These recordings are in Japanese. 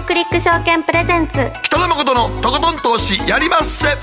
クリック証券プレゼンツ、 北野誠のとことん投資やりまっせ。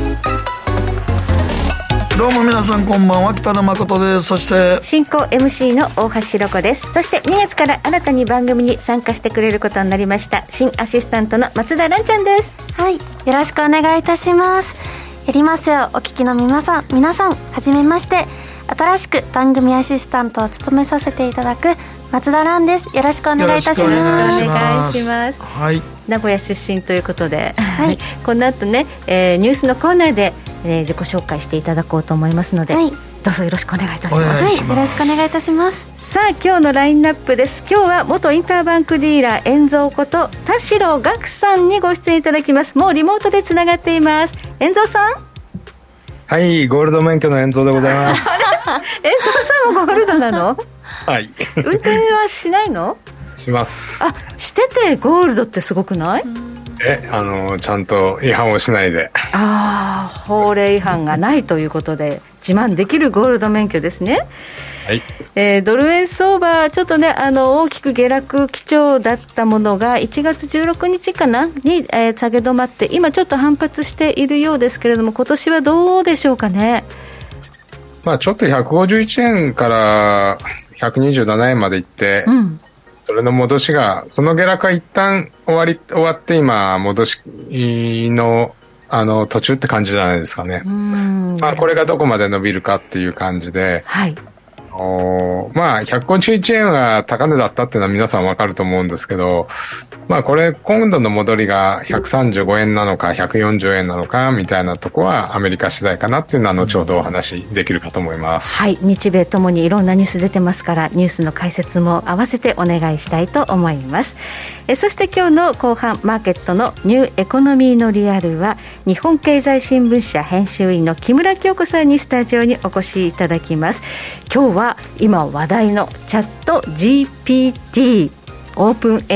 どうも皆さんこんばんは、北野誠です。そして進行 MC の大橋ロコです。そして2月から新たに番組に参加してくれることになりました新アシスタントの松田蘭ちゃんです。 はい、よろしくお願いいたします。やりますよお聞きの皆さんはじめまして。新しく番組アシスタントを務めさせていただく松田蘭です。よろしくお願いいたします。 お願いします。 はい、 名古屋出身ということで、 はい、 この後ね、ニュースのコーナーで、自己紹介していただこうと思いますので、はい、どうぞよろしくお願いいたします。 はい、よろしくお願いいたします。 さあ今日のラインナップです。今日は元インターバンクディーラー遠蔵こと田代岳さんにご出演いただきます。もうリモートでつながっています。遠蔵さん。 はい、ゴールド免許の遠蔵でございます遠蔵さんもゴールドなの？ はい運転はしないの？ します。 あ、しててゴールドってすごくない？ ちゃんと違反をしないで、 法令違反がないということで自慢できるゴールド免許ですね。 はい。 ドル円相場ちょっとね大きく下落基調だったものが1月16日かなに、下げ止まって今ちょっと反発しているようですけれども、今年はどうでしょうかね。 まあちょっと151円から127円までいって、それの戻しが、その下落が一旦終わって今戻しの途中って感じじゃないですかね。まあこれがどこまで伸びるかっていう感じで、 はい。 まあ151円は高値だったっていうのは皆さんわかると思うんですけど、まあこれ今度の戻りが135円なのか140円なのかみたいなとこはアメリカ次第かなっていうのは後ほどお話できるかと思います。 はい、日米ともにいろんなニュース出てますからニュースの解説も合わせてお願いしたいと思います。そして今日の後半マーケットのニューエコノミーのリアルは日本経済新聞社編集員の木村京子さんにスタジオにお越しいただきます。今日は今話題のチャット GPTオープン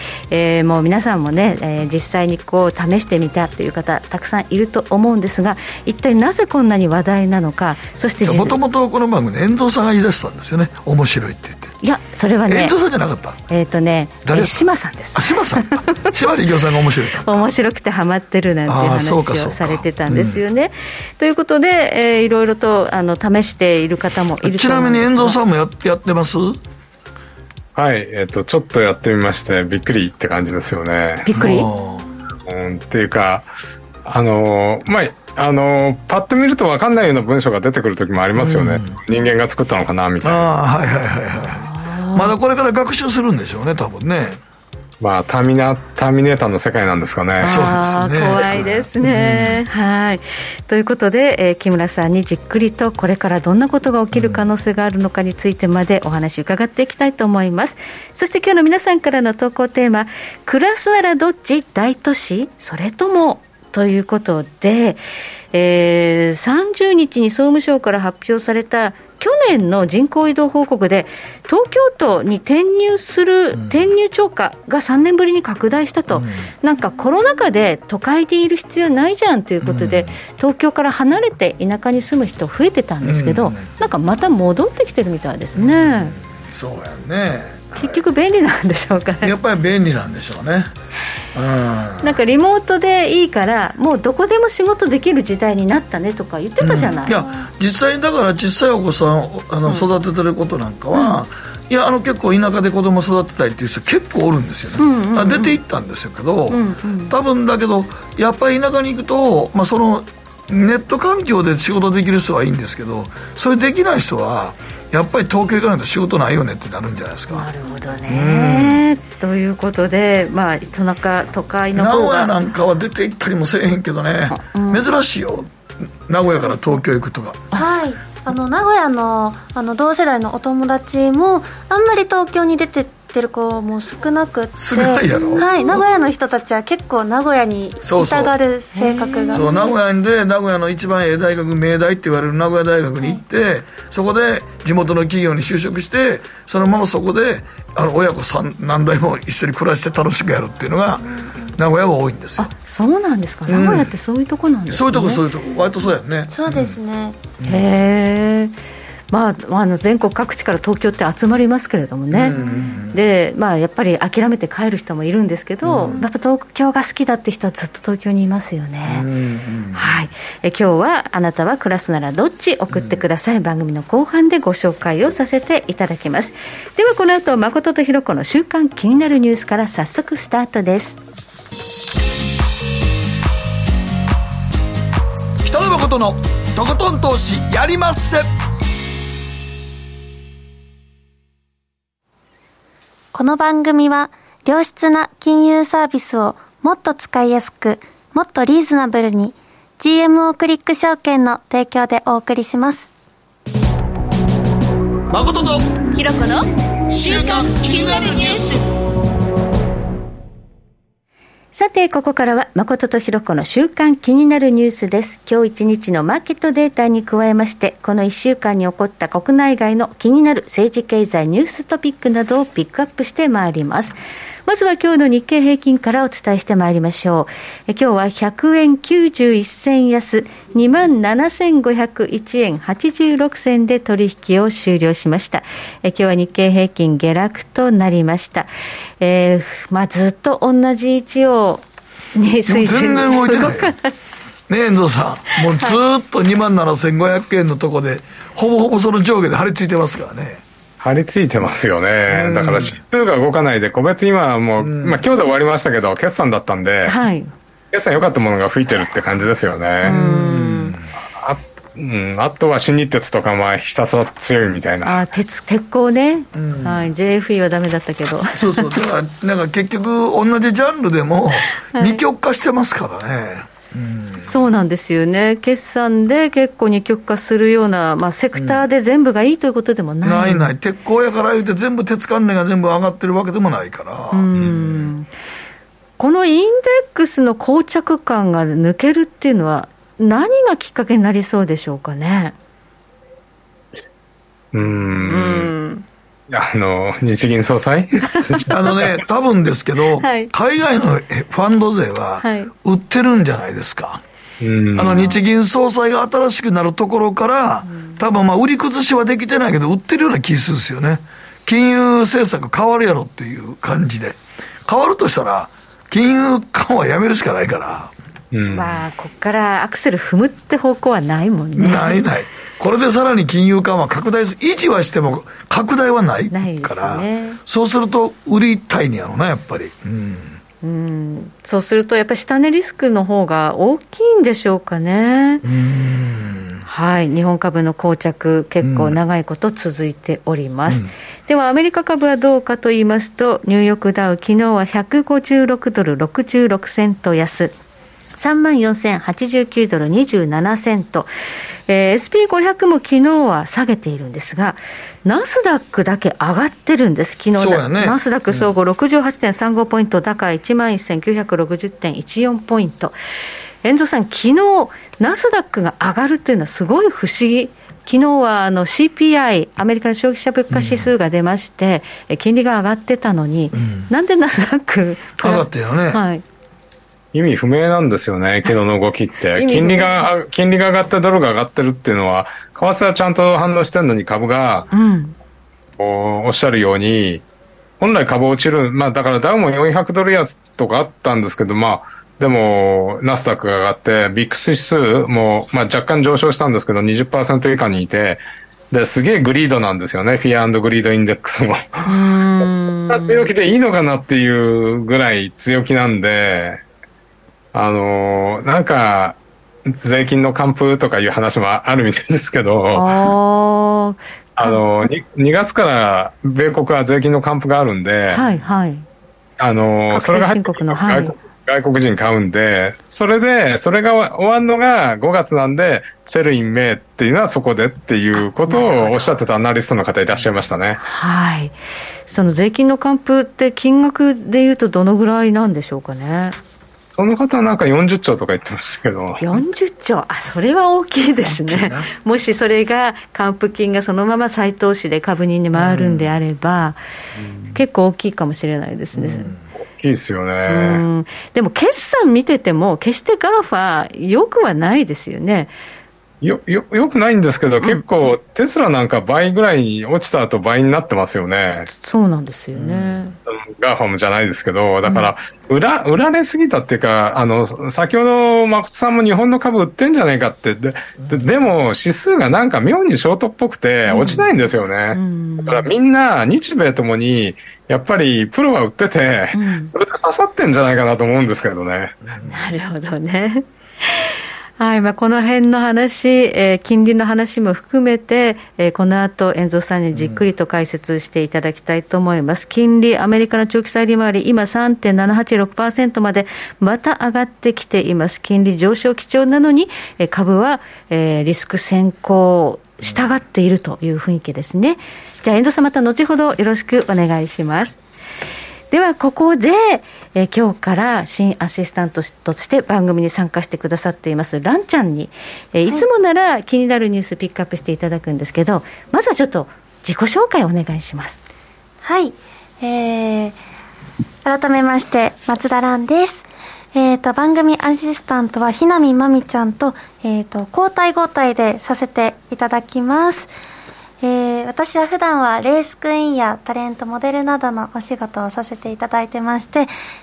AI、もう皆さんもね、実際にこう試してみたという方たくさんいると思うんですが、一体なぜこんなに話題なのか。そしてもともとこの番組遠藤さんが言い出したんですよね。面白いって言って。 いやそれはね遠藤さんじゃなかった。 島さんです。 島さん島力夫さんが面白い面白くてハマってるなんていう話をされてたんですよね。ということで、いろいろと試している方もいると思うんですが、 ちなみに遠藤さんもやってます？ はい、ちょっとやってみましてびっくりって感じですよね。 びっくり、 っていうかまあパッと見ると分かんないような文章が出てくる時もありますよね。人間が作ったのかなみたいな。 はいはいはいはい。まだこれから学習するんでしょうね多分ね。まあターミネーターの世界なんですかね。 そうですね。 怖いですね。はい。ということで、木村さんにじっくりとこれからどんなことが起きる可能性があるのかについてまでお話伺っていきたいと思います。そして今日の皆さんからの投稿テーマ、暮らすならどっち？大都市？それとも？ということで、30日に総務省から発表された去年の人口移動報告で東京都に転入超過が3年ぶりに拡大したと、なんかコロナ禍で都会でいる必要ないじゃんということで、東京から離れて田舎に住む人増えてたんですけど、なんかまた戻ってきてるみたいですね。 そうやね。 結局便利なんでしょうかね。 やっぱり便利なんでしょうね。 なんかリモートでいいからもうどこでも仕事できる時代になったねとか言ってたじゃない。 いや実際だから小さいお子さんを育ててることなんかは、いや結構田舎で子供育てたいっていう人結構おるんですよね。出て行ったんですよけど、多分だけどやっぱり田舎に行くと、そのネット環境で仕事できる人はいいんですけど、それできない人はやっぱり東京行かないと仕事ないよねってなるんじゃないですか。なるほどね。ということで、都会の方が名古屋なんかは出て行ったりもせえへんけどね、珍しいよ名古屋から東京行くとか。 はい、名古屋の同世代のお友達もあんまり東京に出てってる子も少なくて、 少ないやろ。 はい、名古屋の人たちは結構名古屋にいたがる性格が。 そう名古屋で名古屋の一番ええ大学明大って言われる名古屋大学に行って、そこで地元の企業に就職して、そのままそこで親子何代も一緒に暮らして楽しくやるっていうのが名古屋は多いんですよ。 そうなんですか。名古屋ってそういうとこなんですね。 そういうとこ割とそうやね。 そうですね。 へえ。 全国各地から東京って集まりますけれどもね、で、やっぱり諦めて帰る人もいるんですけど、やっぱ東京が好きだって人はずっと東京にいますよね。はい、今日はあなたは暮らすならどっち送ってください。番組の後半でご紹介をさせていただきます。ではこの後、誠とひろ子の週刊気になるニュースから早速スタートです。 北野誠のとことん投資やりまっせ。 この番組は良質な金融サービスをもっと使いやすく、もっとリーズナブルに GMO クリック証券の提供でお送りします。 誠とひろ子の週刊気になるニュース。 さて、ここからは誠とひろ子の週刊気になるニュースです。今日一日のマーケットデータに加えまして、この1週間に起こった国内外の気になる政治経済ニューストピックなどをピックアップしてまいります。まずは今日の日経平均からお伝えしてまいりましょう。今日は100円91銭安 27,501 円86銭で取引を終了しました。今日は日経平均下落となりました。ずっと同じ位置を、ね、水準全然動いてないね。遠藤さんもうずっと 27,500 円のとこでほぼほぼその上下で張り付いてますからね。 張り付いてますよね。だから指数が動かないで、個別今はもう、今日で終わりましたけど、決算だったんで、決算良かったものが吹いてるって感じですよね。あとは新日鉄とかひたすら強いみたいな。 鉄鋼ね、JFE はダメだったけど。 そうだからなんか結局同じジャンルでも二極化してますからね。 そうなんですよね。決算で結構二極化するような、セクターで全部がいいということでもない。 ない鉄鋼やから言うて全部鉄関連が全部上がってるわけでもないから。 このインデックスの膠着感が抜けるっていうのは何がきっかけになりそうでしょうかね。 日銀総裁多分ですけど、海外のファンド勢は売ってるんじゃないですか。日銀総裁が新しくなるところから、多分売り崩しはできてないけど売ってるような気するんですよね。金融政策変わるやろっていう感じで、変わるとしたら金融緩和やめるしかないから。 ここからアクセル踏むって方向はないもんね。 ないこれでさらに金融緩和拡大維持はしても拡大はないから、そうすると売りたいんやろなやっぱり。 そうするとやっぱり下値リスクの方が大きいんでしょうかね。日本株の膠着結構長いこと続いております。ではアメリカ株はどうかと言いますと、ニューヨークダウ昨日は156ドル66セント安、34,089ドル27セント、SP500 も昨日は下げているんですが、ナスダックだけ上がってるんです。昨日ナスダック総合 68.35 ポイント高、11,960.14 ポイント。遠藤さん、昨日ナスダックが上がるっていうのはすごい不思議。昨日はCPI アメリカの消費者物価指数が出まして、金利が上がってたのに、なんでナスダック上がってよね。 意味不明なんですよね、昨日の動きって。金利が上がってドルが上がってるっていうのは、為替はちゃんと反応してるのに株が、おっしゃるように、本来株落ちる、だからダウも400ドル安とかあったんですけど、でも、ナスダックが上がって、ビックス指数も、若干上昇したんですけど、20% 以下にいて、すげえグリードなんですよね、フィア&グリードインデックスも。こんな強気でいいのかなっていうぐらい強気なんで、なんか税金の還付とかいう話もあるみたいですけど、2月から米国は税金の還付があるんで、それが入って外国人買うんで、それが終わるのが5月なんで、セルインメイっていうのはそこでっていうことをおっしゃってたアナリストの方いらっしゃいましたね。 その税金の還付って金額でいうとどのぐらいなんでしょうかね。 その方はなんか40兆とか言ってましたけど。 40兆、それは大きいですね。もしそれが還付金がそのまま再投資で株に回るんであれば、結構大きいかもしれないですね。 大きいですよね。 でも決算見てても決してGAFA良くはないですよね。 よくないんですけど、結構テスラなんか倍ぐらいに落ちた後倍になってますよね。 そうなんですよね。 ガーファムじゃないですけど、だから売られすぎたっていうか、先ほど誠さんも日本の株売ってんじゃないかって、でも指数がなんか妙にショートっぽくて落ちないんですよね。だからみんな日米ともにやっぱりプロが売ってて、それで刺さってんじゃないかなと思うんですけどね。 なるほどね。はい、この辺の話、金利の話も含めて、この後遠藤さんにじっくりと解説していただきたいと思います。金利、アメリカの長期債利回り、今 3.786% までまた上がってきています。金利上昇基調なのに、株は、リスク先行従っているという雰囲気ですね。じゃあ遠藤さん、また後ほどよろしくお願いします。ではここで、今日から新アシスタントとして番組に参加してくださっていますランちゃんに、いつもなら気になるニュースピックアップしていただくんですけど、まずはちょっと自己紹介をお願いします。 はい、改めまして松田蘭です。番組アシスタントはひなみまみちゃんと、交代交代でさせていただきます。私は普段はレースクイーンやタレント、モデルなどのお仕事をさせていただいてまして、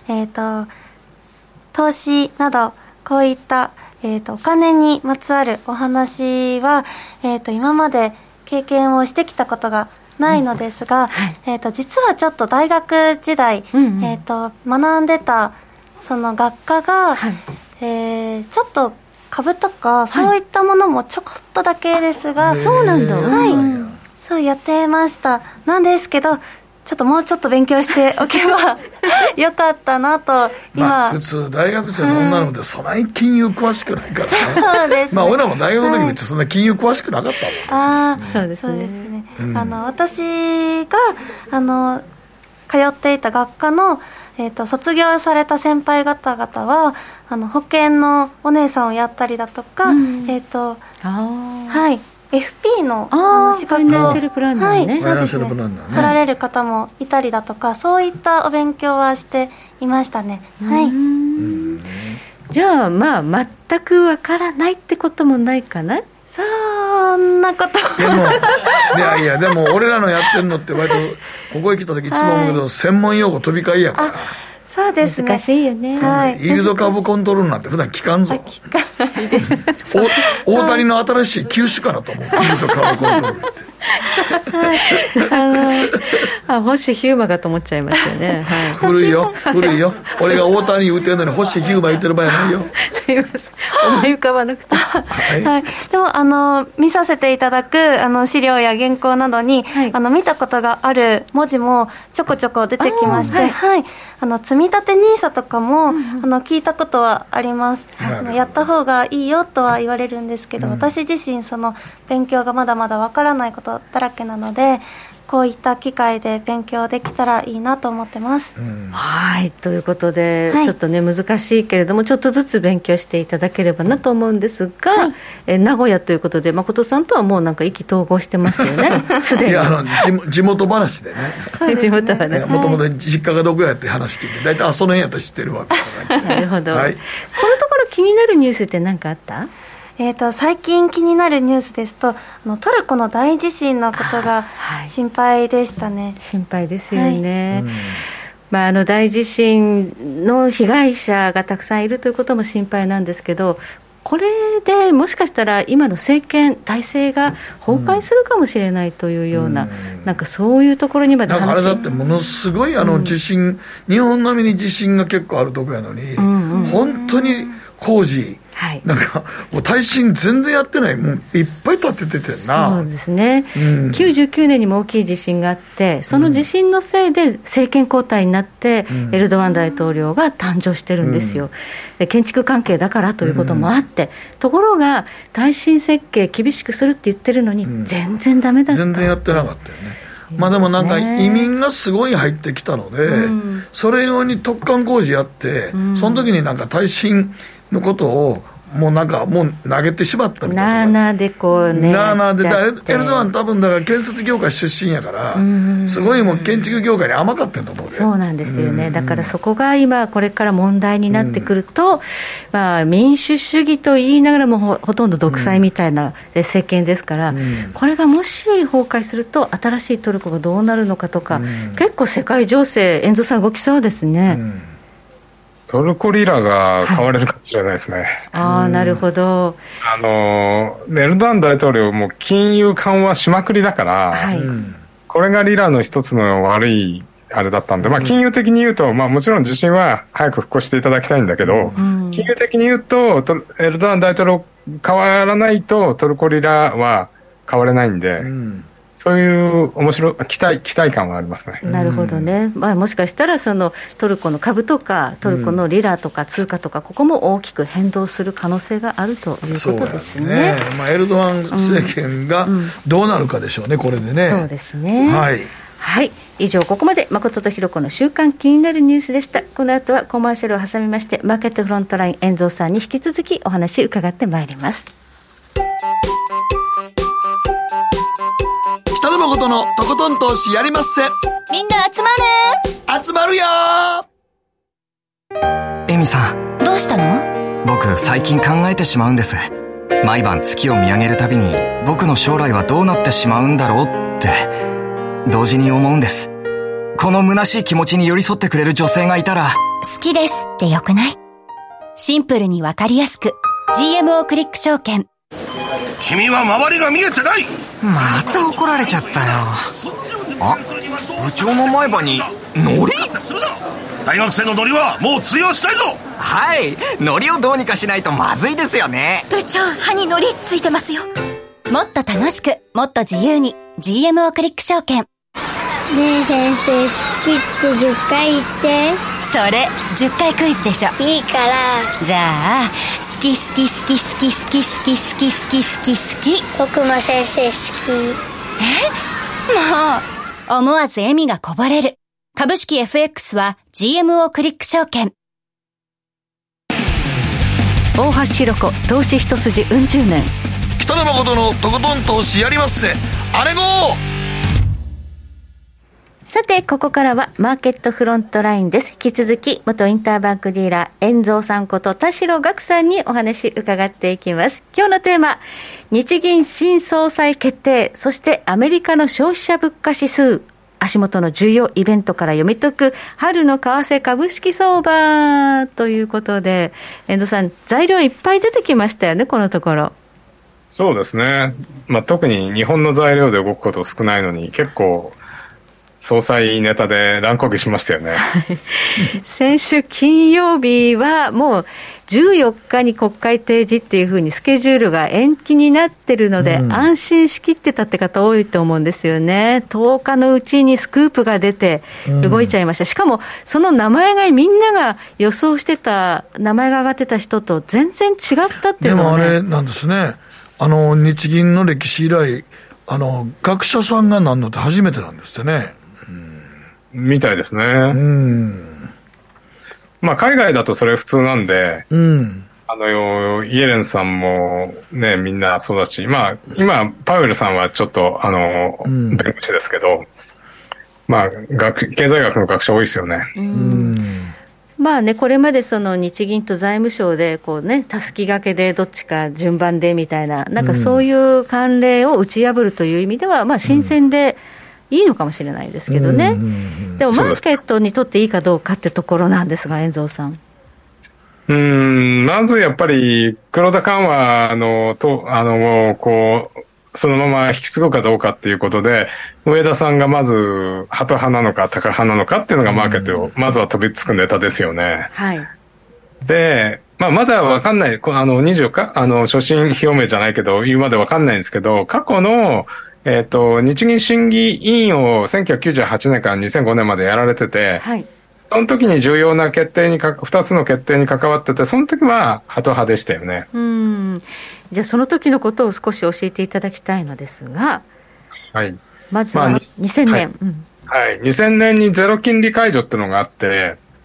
投資などこういった、お金にまつわるお話は、今まで経験をしてきたことがないのですが、実はちょっと大学時代、学んでたその学科が、ちょっと株とかそういったものもちょこっとだけですが、 そうなんだ。 はい、そうやってました。なんですけど、ちょっともうちょっと勉強しておけばよかったなと今、 普通大学生の女の子ってそんなに金融詳しくないからね。 そうですね。 俺らも大学の時めっちゃそんな金融詳しくなかったもんですよ。 そうですね。 私が通っていた学科の卒業された先輩方々は保険のお姉さんをやったりだとか、はい、FP の資格を、 ファイナンシャルプランナーね、 そうですね、取られる方もいたりだとか、そういったお勉強はしていましたね。はい。 じゃあ全くわからないってこともないかな。 そんなことでもでも俺らのやってるのって割とここへ来た時いつも思うけど、専門用語飛び交いやから。 そうですね、 難しいよね。 イールドカーブコントロールなんて普段聞かんぞ。 聞かないです大谷の新しい球種かなと思う。イールドカーブコントロールって星飛雄馬かと思っちゃいますよね。 古いよ。俺が大谷言うてるのに星飛雄馬言ってる場合ないよ。 すいません、思い浮かばなくてはい、でも見させていただく資料や原稿などに、見たことがある文字もちょこちょこ出てきまして、積み立て NISA とかも、聞いたことはあります。やった方がいいよとは言われるんですけど、私自身その勉強がまだまだわからないことだらけなので、こういった機会で勉強できたらいいなと思ってます。 はい、ということで、ちょっとね難しいけれどもちょっとずつ勉強していただければなと思うんですが、名古屋ということで誠さんとはもうなんか意気投合してますよね。すでに。 いや地元話でね。 地元話。 もともと実家がどこやって話聞いて、大体その辺やったら知ってるわけなるほど、このところ気になるニュースって何かあった？ 最近気になるニュースですと、トルコの大地震のことが心配でしたね。 心配ですよね。大地震の被害者がたくさんいるということも心配なんですけど、これでもしかしたら今の政権体制が崩壊するかもしれないというような、なんかそういうところにまであれだってものすごい地震、日本並みに地震が結構あるとこやのに、本当に工事、なんかもう耐震全然やってない、もういっぱい建てててんな。 そうですね、99年にも大きい地震があって、その地震のせいで政権交代になって、エルドアン大統領が誕生してるんですよ。で建築関係だからということもあって、ところが耐震設計厳しくするって言ってるのに、全然ダメだった。 全然やってなかったよね。でもなんか移民がすごい入ってきたので、それ用に突貫工事やって、その時になんか耐震のことをもうなんかもう投げてしまったみたいな、 なあなあでこうね、 なあなあでエルドアン多分だから建設業界出身やから、すごいもう建築業界に甘かったと思うで。 そうなんですよね、だからそこが今これから問題になってくると、まあ、民主主義と言いながらも ほとんど独裁みたいな政権ですから、これがもし崩壊すると新しいトルコがどうなるのかとか、結構世界情勢遠藤さん動きそうですね。 トルコリラが買われるかもしれないですね。 ああ、なるほど。 エルドアン大統領も金融緩和しまくりだから、これがリラの一つの悪いあれだったんで、まあ、金融的に言うと、まあ、もちろん地震は早く復興していただきたいんだけど、金融的に言うとエルドアン大統領変わらないとトルコリラは変われないんで、そういう期待感はありますね。 なるほどね、まあ、もしかしたらそのトルコの株とかトルコのリラとか通貨とか、ここも大きく変動する可能性があるということですね。 まあ、エルドアン政権がどうなるかでしょうね、これでね。 そうですね。 はい、 はい、以上ここまで誠とひろ子の週刊気になるニュースでした。この後はコマーシャルを挟みましてマーケットフロントライン遠藤さんに引き続きお話伺ってまいります。 北野誠のとことん投資やりまっせ。 みんな集まる集まるよー。エミさん、 どうしたの？ 僕最近考えてしまうんです。毎晩月を見上げるたびに僕の将来はどうなってしまうんだろうって同時に思うんです。この虚しい気持ちに寄り添ってくれる女性がいたら。 好きですってよくない？シンプルにわかりやすく GMO クリック証券。 君は周りが見えてない。 また怒られちゃったよ。あ、部長の前歯にノリ？ 大学生のノリはもう通用したいぞ。 はい、ノリをどうにかしないとまずいですよね。 部長、歯にノリついてますよ。もっと楽しく、もっと自由に GMO クリック証券。 ねえ先生、好きって10回言って。 それ10回クイズでしょ。 いいから。 じゃあ、好き好き好き好き好き好き好き好き好き好き。 僕も先生好き。 もう思わず笑みがこぼれる。株式 FX は GMO クリック証券。 大橋ひろ子投資一筋うん十年。 北野誠のとことん投資やりまっせ。あれごー。 さてここからはマーケットフロントラインです。引き続き元インターバンクディーラー遠藤さんこと田代岳さんにお話伺っていきます。今日のテーマ、日銀新総裁決定、そしてアメリカの消費者物価指数、足元の重要イベントから読み解く春の為替株式相場ということで、遠藤さん材料いっぱい出てきましたよね、このところ。 そうですね、まあ、特に日本の材料で動くこと少ないのに結構総裁ネタで乱高下しましたよね。 先週金曜日はもう14日に国会提示っていう風にスケジュールが延期になってるので、安心しきってたって方多いと思うんですよね。10日のうちにスクープが出て動いちゃいました。しかもその名前がみんなが予想してた名前が上がってた人と全然違ったっていうのはね。 でもあれなんですね、日銀の歴史以来学者さんがなんのって初めてなんですってね。 みたいですね。まあ海外だとそれ普通なんで、イエレンさんもねみんなそうだし、まあ今パウエルさんはちょっと弁護士ですけど、まあ経済学の学者多いですよね。 まあね、これまでその日銀と財務省でこうね、たすき掛けでどっちか順番でみたいな、なんかそういう慣例を打ち破るという意味では、まあ新鮮でいいのかもしれないですけどね。でもマーケットにとっていいかどうかってところなんですが、遠藤さん。 まずやっぱり黒田緩和そのまま引き継ぐかどうかっていうことで、上田さんがまずハト派なのかタカ派なのかっていうのがマーケットをまずは飛びつくネタですよね。 はい。で、 まあまだわかんない、24日、所信表明じゃないけど、言うまでわかんないんですけど、過去の日銀審議委員を1998年から2005年までやられてて、はい、その時に重要な決定に2つの決定に関わってて、その時はハト派でしたよね。 じゃあその時のことを少し教えていただきたいのですが、 はい、 まずは2000年、 はい、2000年にゼロ金利解除っていうのがあって、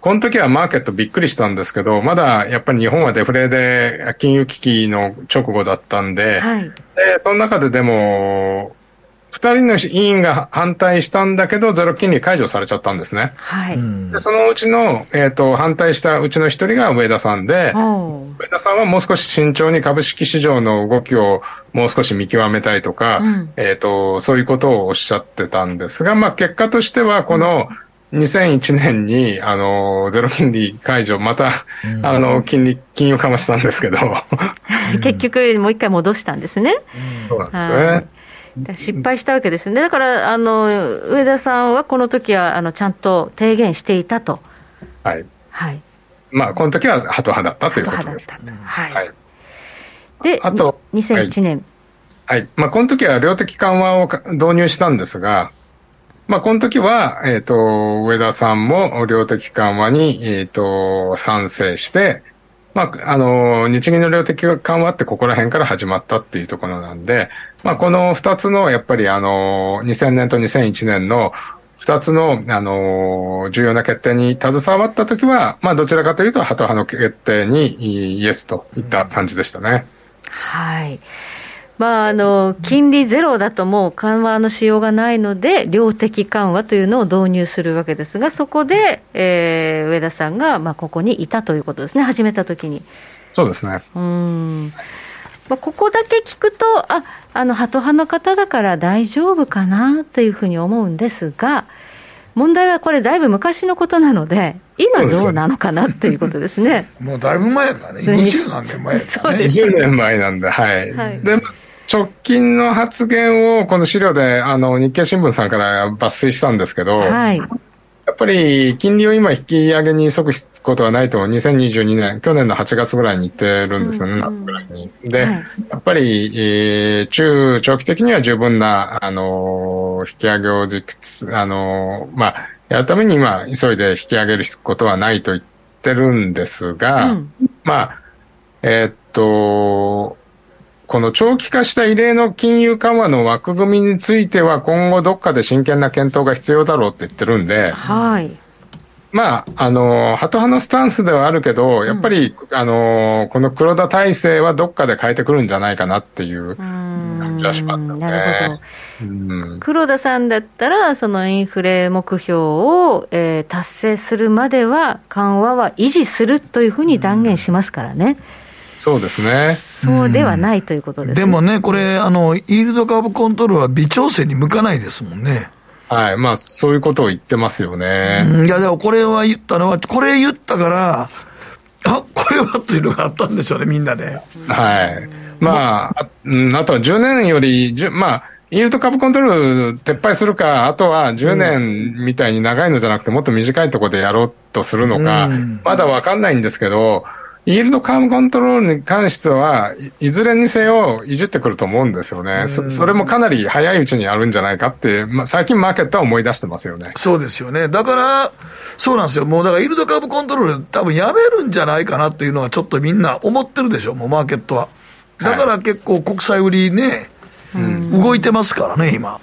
この時はマーケットびっくりしたんですけど、まだやっぱり日本はデフレで金融危機の直後だったんで、はい、でその中ででも、2人の委員が反対したんだけど、ゼロ金利解除されちゃったんですね。はい、でそのうちの、反対したうちの1人が上田さんで、上田さんはもう少し慎重に株式市場の動きをもう少し見極めたいとか、そういうことをおっしゃってたんですが、まあ、結果としてはこの2001年にゼロ金利解除、また金融緩和したんですけど結局もう一回戻したんですね。 そうなんですね。 失敗したわけですね。だから上田さんはこの時はちゃんと提言していたと。 はい、はい、まあこの時はハト派だったということです。 はい、はい、であと2001年、 はい、はい、まあ、この時は量的緩和を導入したんですが、まあ、この時は、上田さんも量的緩和に、賛成して、まあ、日銀の量的緩和ってここら辺から始まったっていうところなんで、まあ、この2つの、やっぱり2000年と2001年の2つの、重要な決定に携わったときは、まあ、どちらかというと、ハト派の決定にイエスといった感じでしたね。 はい。まあ、金利ゼロだともう緩和のしようがないので、量的緩和というのを導入するわけですが、そこで、上田さんが、まあ、ここにいたということですね、始めたときに。 そうですね。 まあ、ここだけ聞くと、ハト派の方だから大丈夫かなというふうに思うんですが、問題はこれだいぶ昔のことなので、今どうなのかなっていうことですね。 もうだいぶ前からね、20何年前ですね。 20 年前なんで、はい。はい、で直近の発言をこの資料で日経新聞さんから抜粋したんですけど、はい、やっぱり金利を今引き上げに急ぐことはないと2022年、去年の8月ぐらいに言ってるんですよね、夏ぐらいに。で、はい、やっぱり、長期的には十分な、引き上げをまあ、やるために今、急いで引き上げることはないと言ってるんですが、まあ、この長期化した異例の金融緩和の枠組みについては今後どっかで真剣な検討が必要だろうって言ってるんで、はい、まあ、ハト派のスタンスではあるけど、やっぱり、この黒田体制はどっかで変えてくるんじゃないかなっていう感じはしますよね。 なるほど。黒田さんだったら、そのインフレ目標を、達成するまでは緩和は維持するというふうに断言しますからね。 そうですね。 そうではないということですね。 でもね、これ、イールドカーブコントロールは微調整に向かないですもんね。 はい。まあ、そういうことを言ってますよね。 いや、でもこれは言ったのは、これ言ったから、これはっていうのがあったんでしょうね、みんなで。 はい。まあ、あとは10年より、まあ、イールドカーブコントロール撤廃するか、あとは10年みたいに長いのじゃなくて、もっと短いところでやろうとするのか、まだわかんないんですけど、イールドカーブコントロールに関しては、いずれにせよいじってくると思うんですよね。それもかなり早いうちにやるんじゃないかって、最近マーケットは思い出してますよね。 そうですよね。だから、そうなんですよ。もうだからイールドカーブコントロール多分やめるんじゃないかなっていうのはちょっとみんな思ってるでしょ、もうマーケットは。だから結構国債売りね、動いてますからね、今。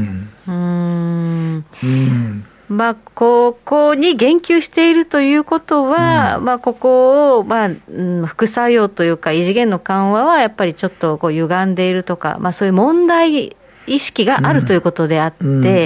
まあ、ここに言及しているということは、まあ、ここを、まあ副作用というか異次元の緩和はやっぱりちょっとこう歪んでいるとか、まあ、そういう問題意識があるということであって、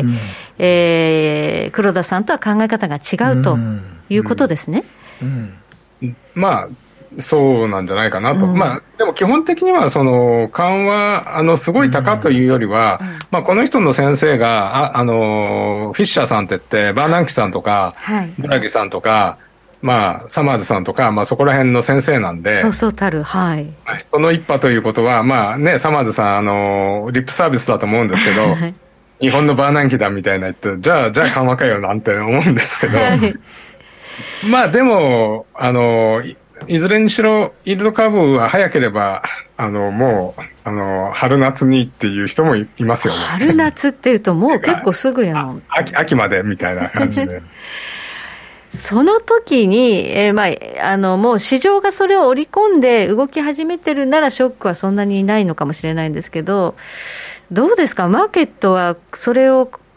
黒田さんとは考え方が違うということですね。 まあそうなんじゃないかなと、まあ、でも基本的にはその緩和すごい高というよりは、まあ、この人の先生がフィッシャーさんって言ってバーナンキさんとか、ドラギさんとか、まあ、サマーズさんとか、まあ、そこら辺の先生なんで、 そうそうたる、はい、 その一派ということは、まあね、サマーズさんリップサービスだと思うんですけど日本のバーナンキだみたいな言ってじゃあ緩和かよなんて思うんですけど、まあでもいずれにしろ、イールドカーブは早ければ、もう、春夏にっていう人もいますよね。 春夏っていうともう結構すぐやん。 秋までみたいな感じで。 その時に、まあ、もう市場がそれを織り込んで動き始めてるならショックはそんなにないのかもしれないんですけど、どうですか、マーケットはそれを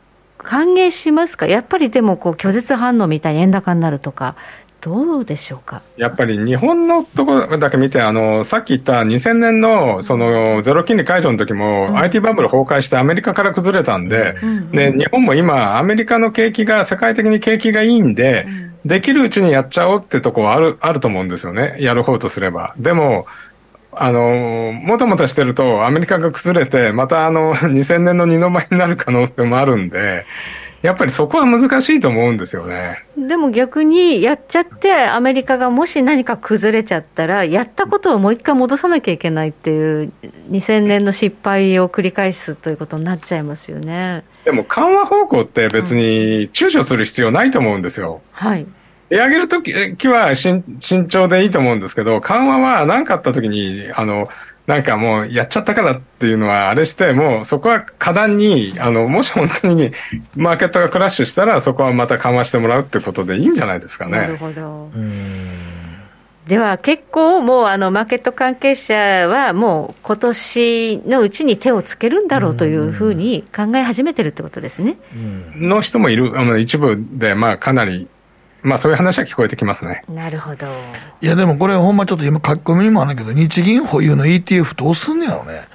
歓迎しますか？やっぱりでも拒絶反応みたいに円高になるとか、どうでしょうか？やっぱり日本のところだけ見て、さっき言った2000年のそのゼロ金利解除の時も、IT バブル崩壊してアメリカから崩れたんで、で、日本も今、アメリカの景気が、世界的に景気がいいんで、できるうちにやっちゃおうってとこはあると思うんですよね。やる方とすれば。でも、もたもたしてるとアメリカが崩れて、また2000年の2の倍になる可能性もあるんで、やっぱりそこは難しいと思うんですよね。 でも逆にやっちゃってアメリカがもし何か崩れちゃったらやったことをもう一回戻さなきゃいけないっていう2000年の失敗を繰り返すということになっちゃいますよね。 でも緩和方向って別に躊躇する必要ないと思うんですよ。 はい。 利上げるときは慎重でいいと思うんですけど、緩和は何かあったときになんかもうやっちゃったからっていうのはあれして、もうそこは果断にもし本当にマーケットがクラッシュしたらそこはまた緩和してもらうってことでいいんじゃないですかね。 なるほど。では結構もうマーケット関係者はもう今年のうちに手をつけるんだろうというふうに考え始めてるってことですね。 の人もいる。一部でかなりそういう話は聞こえてきますね。 なるほど。 いやでもこれほんまちょっと今書き込みにもあるんだけど、日銀保有の ETF どうすんねやろね。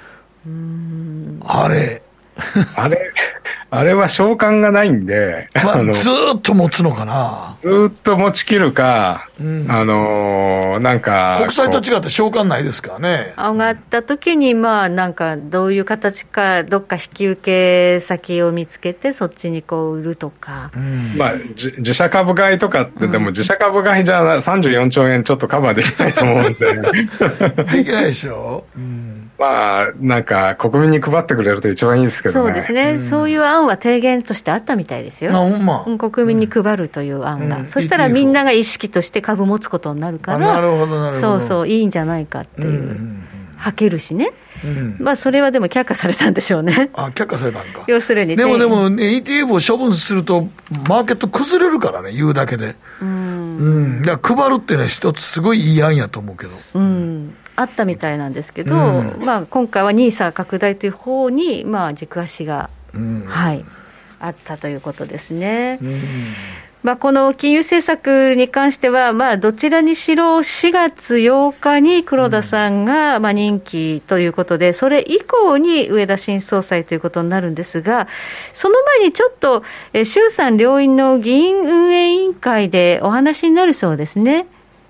あれは償還がないんで、 ずーっと持つのかな。 ずーっと持ちきるか、なんか国債と違って償還ないですからね。 上がった時になんかどういう形かどっか引き受け先を見つけてそっちに売るとか、 自社株買いとかって、でも自社株買いじゃ34兆円ちょっとカバーできないと思うんでできないでしょ。 なんか国民に配ってくれると一番いいですけどね。 そうですね、そういう案は提言としてあったみたいですよ。国民に配るという案が、そしたらみんなが意識として株持つことになるから、 なるほどなるほど、 そういいんじゃないかっていう、はけるしね、それはでも却下されたんでしょうね。 却下されたんか。 要するにでもね ETF を処分するとマーケット崩れるからね、言うだけで。だから配るっていうのは一つすごいいい案やと思うけど、 あったみたいなんですけど、今回は NISA 拡大という方に軸足が、あったということですね。この金融政策に関しては、どちらにしろ4月8日に黒田さんが任期ということで、それ以降に植田新総裁ということになるんですが、その前にちょっと衆参両院の議員運営委員会でお話になるそうですね。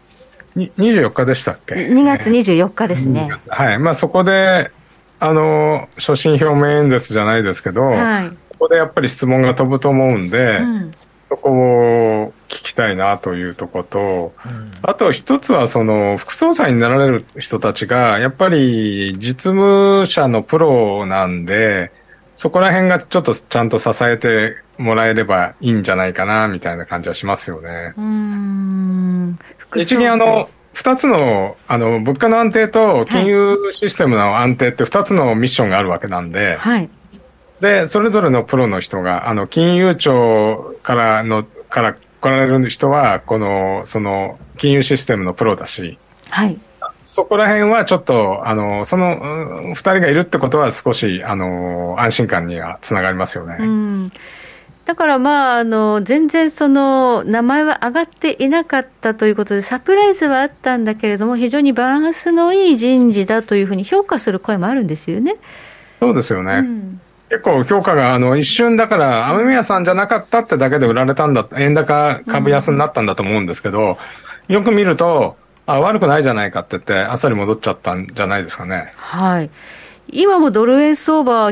24日でしたっけ ？2月24日ですね。 そこで所信表明演説じゃないですけど、ここでやっぱり質問が飛ぶと思うんで、そこを聞きたいなというところと、あと一つは副総裁になられる人たちがやっぱり実務者のプロなんで、そこら辺がちょっとちゃんと支えてもらえればいいんじゃないかなみたいな感じはしますよね。一銀2つの物価の安定と金融システムの安定って2つのミッションがあるわけなんで、でそれぞれのプロの人が金融庁から来られる人はその金融システムのプロだし、そこら辺はちょっとその2人がいるってことは少し安心感にはつながりますよね。 だから全然その名前は上がっていなかったということでサプライズはあったんだけれども、非常にバランスのいい人事だというふうに評価する声もあるんですよね。 そうですよね、結構評価が一瞬だから雨宮さんじゃなかったってだけで売られたんだ、円高株安になったんだと思うんですけど、よく見ると悪くないじゃないかって言ってあっさり戻っちゃったんじゃないですかね。 今もドル円相場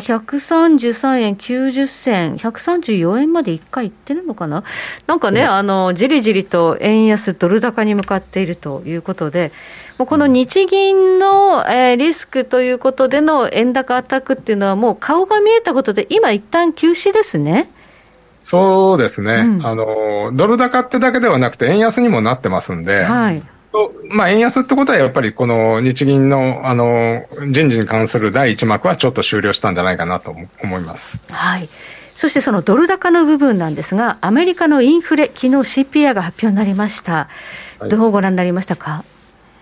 133円90銭134円まで1回いってるのかな。なんかね、じりじりと円安ドル高に向かっているということで、もうこの日銀の、リスクということでの円高アタックっていうのはもう顔が見えたことで今一旦休止ですね。 そうですね、ドル高ってだけではなくて円安にもなってますんで、円安ってことはやっぱりこの日銀の人事に関する第一幕はちょっと終了したんじゃないかなと思います。 そしてそのドル高の部分なんですが、アメリカのインフレ昨日 CPI が発表になりました。どうご覧になりましたか？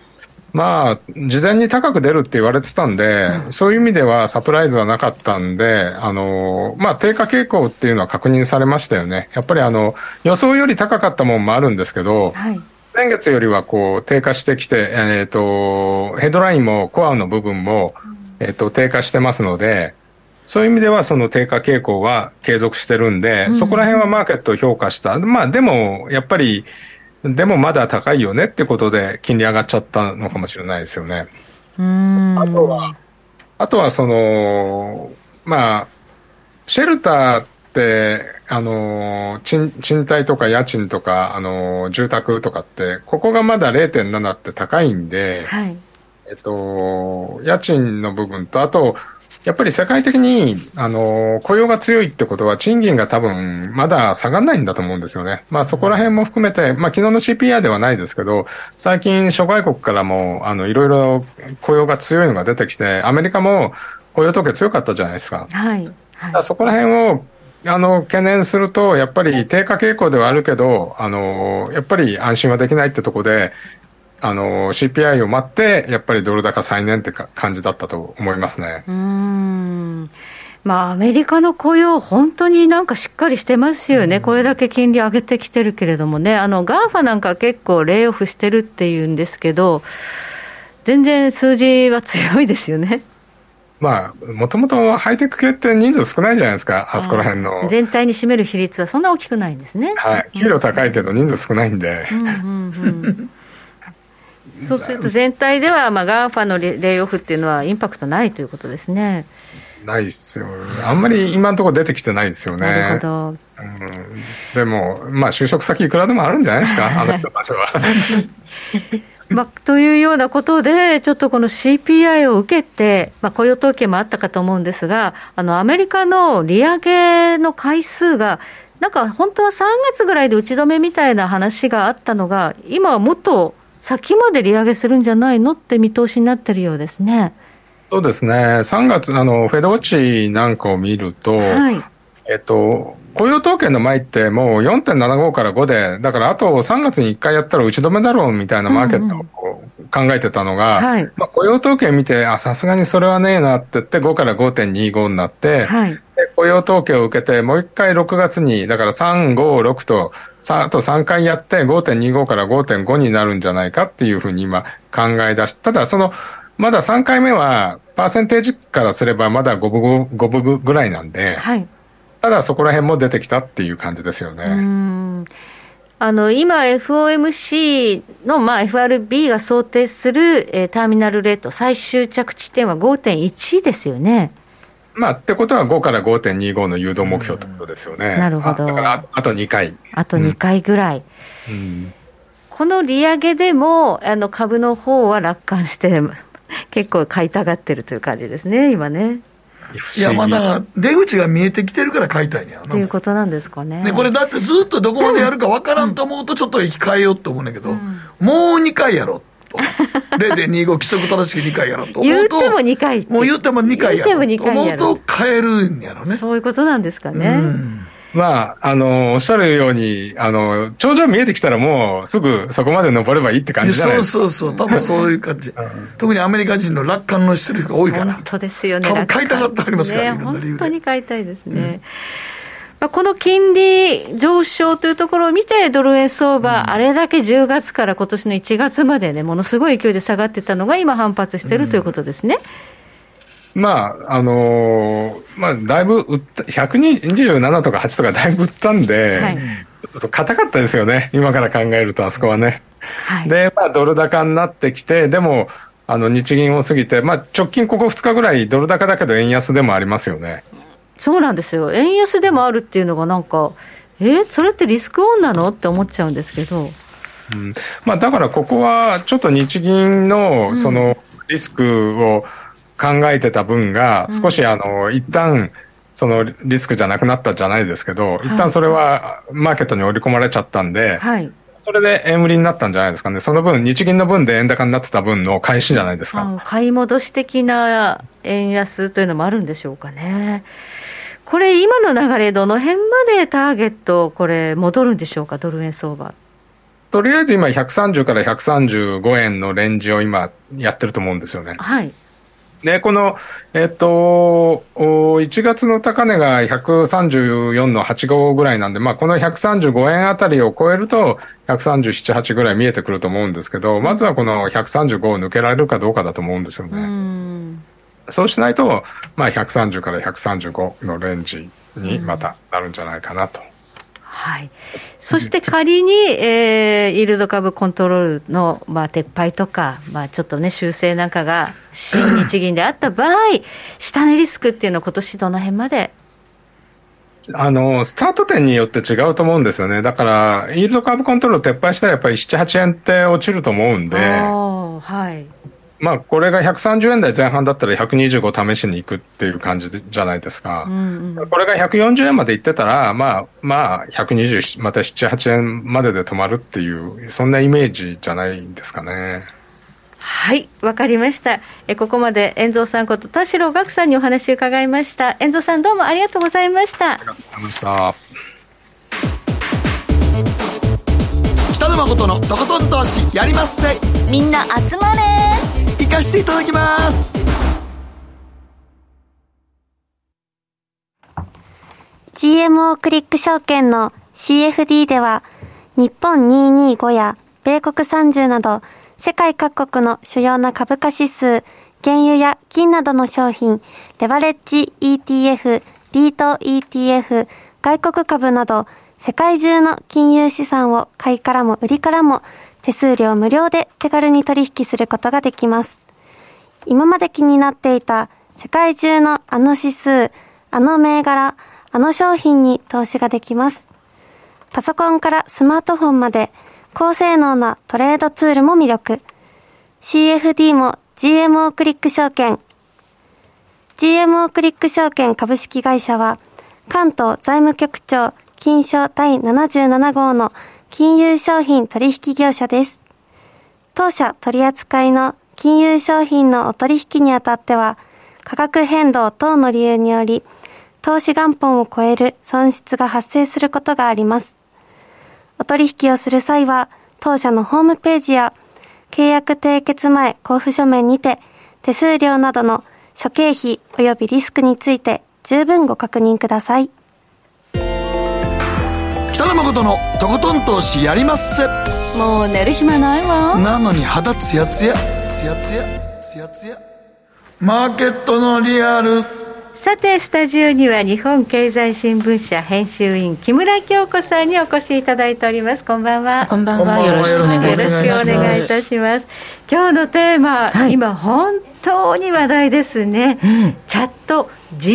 まあ、事前に高く出るって言われてたんで、そういう意味ではサプライズはなかったんで、まあ、低下傾向っていうのは確認されましたよね。やっぱり予想より高かったものもあるんですけど、はい、先月よりはこう低下してきて、ヘッドラインもコアの部分も、低下してますので、そういう意味ではその低下傾向は継続してるんで、そこら辺はマーケットを評価した。まあ、でも、やっぱり、でもまだ高いよねってことで金利上がっちゃったのかもしれないですよね。あとはそのまあシェルターって賃貸とか家賃とか住宅とかってここがまだ 0.7 って高いんで、はい、家賃の部分とあとやっぱり世界的に雇用が強いってことは賃金が多分まだ下がらないんだと思うんですよね。まあそこら辺も含めて、まあ昨日の CPI ではないですけど、最近諸外国からもいろいろ雇用が強いのが出てきて、アメリカも雇用統計強かったじゃないですか。はい。はい、そこら辺を懸念するとやっぱり低下傾向ではあるけどやっぱり安心はできないってとこで。CPI を待ってやっぱりドル高再燃って感じだったと思いますね。 まあアメリカの雇用本当になんかしっかりしてますよね。これだけ金利上げてきてるけれどもね、GAFA なんか結構レイオフしてるっていうんですけど、全然数字は強いですよね。 まあもともとハイテク系って人数少ないじゃないですか。あそこら辺の全体に占める比率はそんな大きくないんですね。 はい、給料高いけど人数少ないんで、 そうすると全体では、まあ、GAFA のレイオフっていうのはインパクトないということですね。 ないっすよ。あんまり今のところ出てきてないですよね。 なるほど。 でも、まあ就職先いくらでもあるんじゃないですか、あの人たちは。 まあ、というようなことで、ちょっとこの CPI を受けて、まあ、雇用統計もあったかと思うんですが、アメリカの利上げの回数が、なんか本当は3月ぐらいで打ち止めみたいな話があったのが、今はもっと先まで利上げするんじゃないのって見通しになってるようですね。 そうですね。3月、フェドウォッチなんかを見ると、はい、雇用統計の前ってもう 4.75 から5で、だからあと3月に1回やったら打ち止めだろうみたいなマーケットを考えてたのが、はい、まあ、雇用統計見て、さすがにそれはねえなって言って5から 5.25 になって、はい、雇用統計を受けてもう1回6月に、だから3、5、6と、あと3回やって 5.25 から 5.5 になるんじゃないかっていうふうに今考え出し、ただまだ3回目はパーセンテージからすればまだ5分ぐらいなんで、はい、ただそこら辺も出てきたっていう感じですよね。 今 FOMC の、まあ、FRB が想定する、ターミナルレート最終着地点は 5.1 ですよね。 まあ、ってことは5から 5.25 の誘導目標ってことですよね。 なるほど。 だからあと2回。 あと2回ぐらい。この利上げでも株の方は楽観して結構買いたがってるという感じですね、今ね。 いや、まだ出口が見えてきてるから買いたいんやろな。 っていうことなんですかね。 これだってずっとどこまでやるか分からんと思うとちょっと控えようと思うんだけど、もう2回やろうと。0.25 規則正しく2回やろうと思うと。 言っても2回。 もう言っても2回やろうと思うと買えるんやろね。 そういうことなんですかね。 まあ、おっしゃるように、頂上見えてきたらもうすぐそこまで登ればいいって感じじゃないですか。 そう、多分そういう感じ。特にアメリカ人の楽観のしてる人が多いから。 本当ですよね。 多分買いたかってありますから、 ね、本当に買いたいですね。まあ、この金利上昇というところを見て、ドル円相場、あれだけ10月から今年の1月までね、ものすごい勢いで下がってたのが今反発してるということですね。 まあ、まあ、だいぶ127とか8とかだいぶ売ったんで、はい、硬かったですよね。今から考えるとあそこはね。はい、で、まあ、ドル高になってきて、でも、日銀を過ぎて、まあ、直近ここ2日ぐらいドル高だけど円安でもありますよね。 そうなんですよ。円安でもあるっていうのがなんか、それってリスクオンなのって思っちゃうんですけど。 まあ、だからここはちょっと日銀のそのリスクを考えてた分が少し一旦そのリスクじゃなくなったじゃないですけど、一旦それはマーケットに織り込まれちゃったんで、はい、それで円売りになったんじゃないですかね。その分日銀の分で円高になってた分の返しじゃないですか。 買い戻し的な円安というのもあるんでしょうかね。これ今の流れどの辺までターゲットこれ戻るんでしょうか、ドル円相場。 とりあえず今130から135円のレンジを今やってると思うんですよね。 はい。 で、この、1月の高値が134の85ぐらいなんで、まあ、この135円あたりを超えると、137、8ぐらい見えてくると思うんですけど、まずはこの135を抜けられるかどうかだと思うんですよね。そうしないと、まあ、130から135のレンジにまたなるんじゃないかなと。 はい、そして仮に、イールド株コントロールの、まあ、撤廃とか、まあ、ちょっとね修正なんかが新日銀であった場合下値リスクっていうのは今年どの辺までスタート点によって違うと思うんですよね。だからイールド株コントロール撤廃したらやっぱり7、8円って落ちると思うんで、 はい、 まあ、これが130円台前半だったら125試しに行くっていう感じじゃないですか。これが140円まで行ってたら、まあ、120、また7、8円までで止まるっていう、そんなイメージじゃないんですかね。 はい、わかりました。ここまで遠藤さんこと田代岳さんにお話を伺いました。遠藤さんどうもありがとうございました。 ありがとうございました。 北野誠のとことん投資やりまっせ。 みんな集まれ。 行かしていただきます。 GMO クリック証券の CFD では日本225や米国30など世界各国の主要な株価指数、原油や金などの商品、レバレッジ ETF、リート ETF、外国株など世界中の金融資産を買いからも売りからも手数料無料で手軽に取引することができます。今まで気になっていた世界中のあの指数、あの銘柄、あの商品に投資ができます。パソコンからスマートフォンまで高性能なトレードツールも魅力。CFD も GMO クリック証券。GMO クリック証券株式会社は関東財務局長金商第77号の金融商品取引業者です。当社取扱いの金融商品のお取引にあたっては、価格変動等の理由により、投資元本を超える損失が発生することがあります。お取引をする際は、当社のホームページや、契約締結前交付書面にて、手数料などの諸経費及びリスクについて十分ご確認ください。 北野誠のとことん投資やりまっせ。 もう寝る暇ないわ。 なのに肌ツヤツヤツヤツヤツヤツヤ。マーケットのリアル。 さてスタジオには日本経済新聞社編集員木村京子さんにお越しいただいております。こんばんは。 こんばんは。よろしくお願いいたします。 よろしくお願いいたします。今日のテーマ、はい、今本当に話題ですね、チャット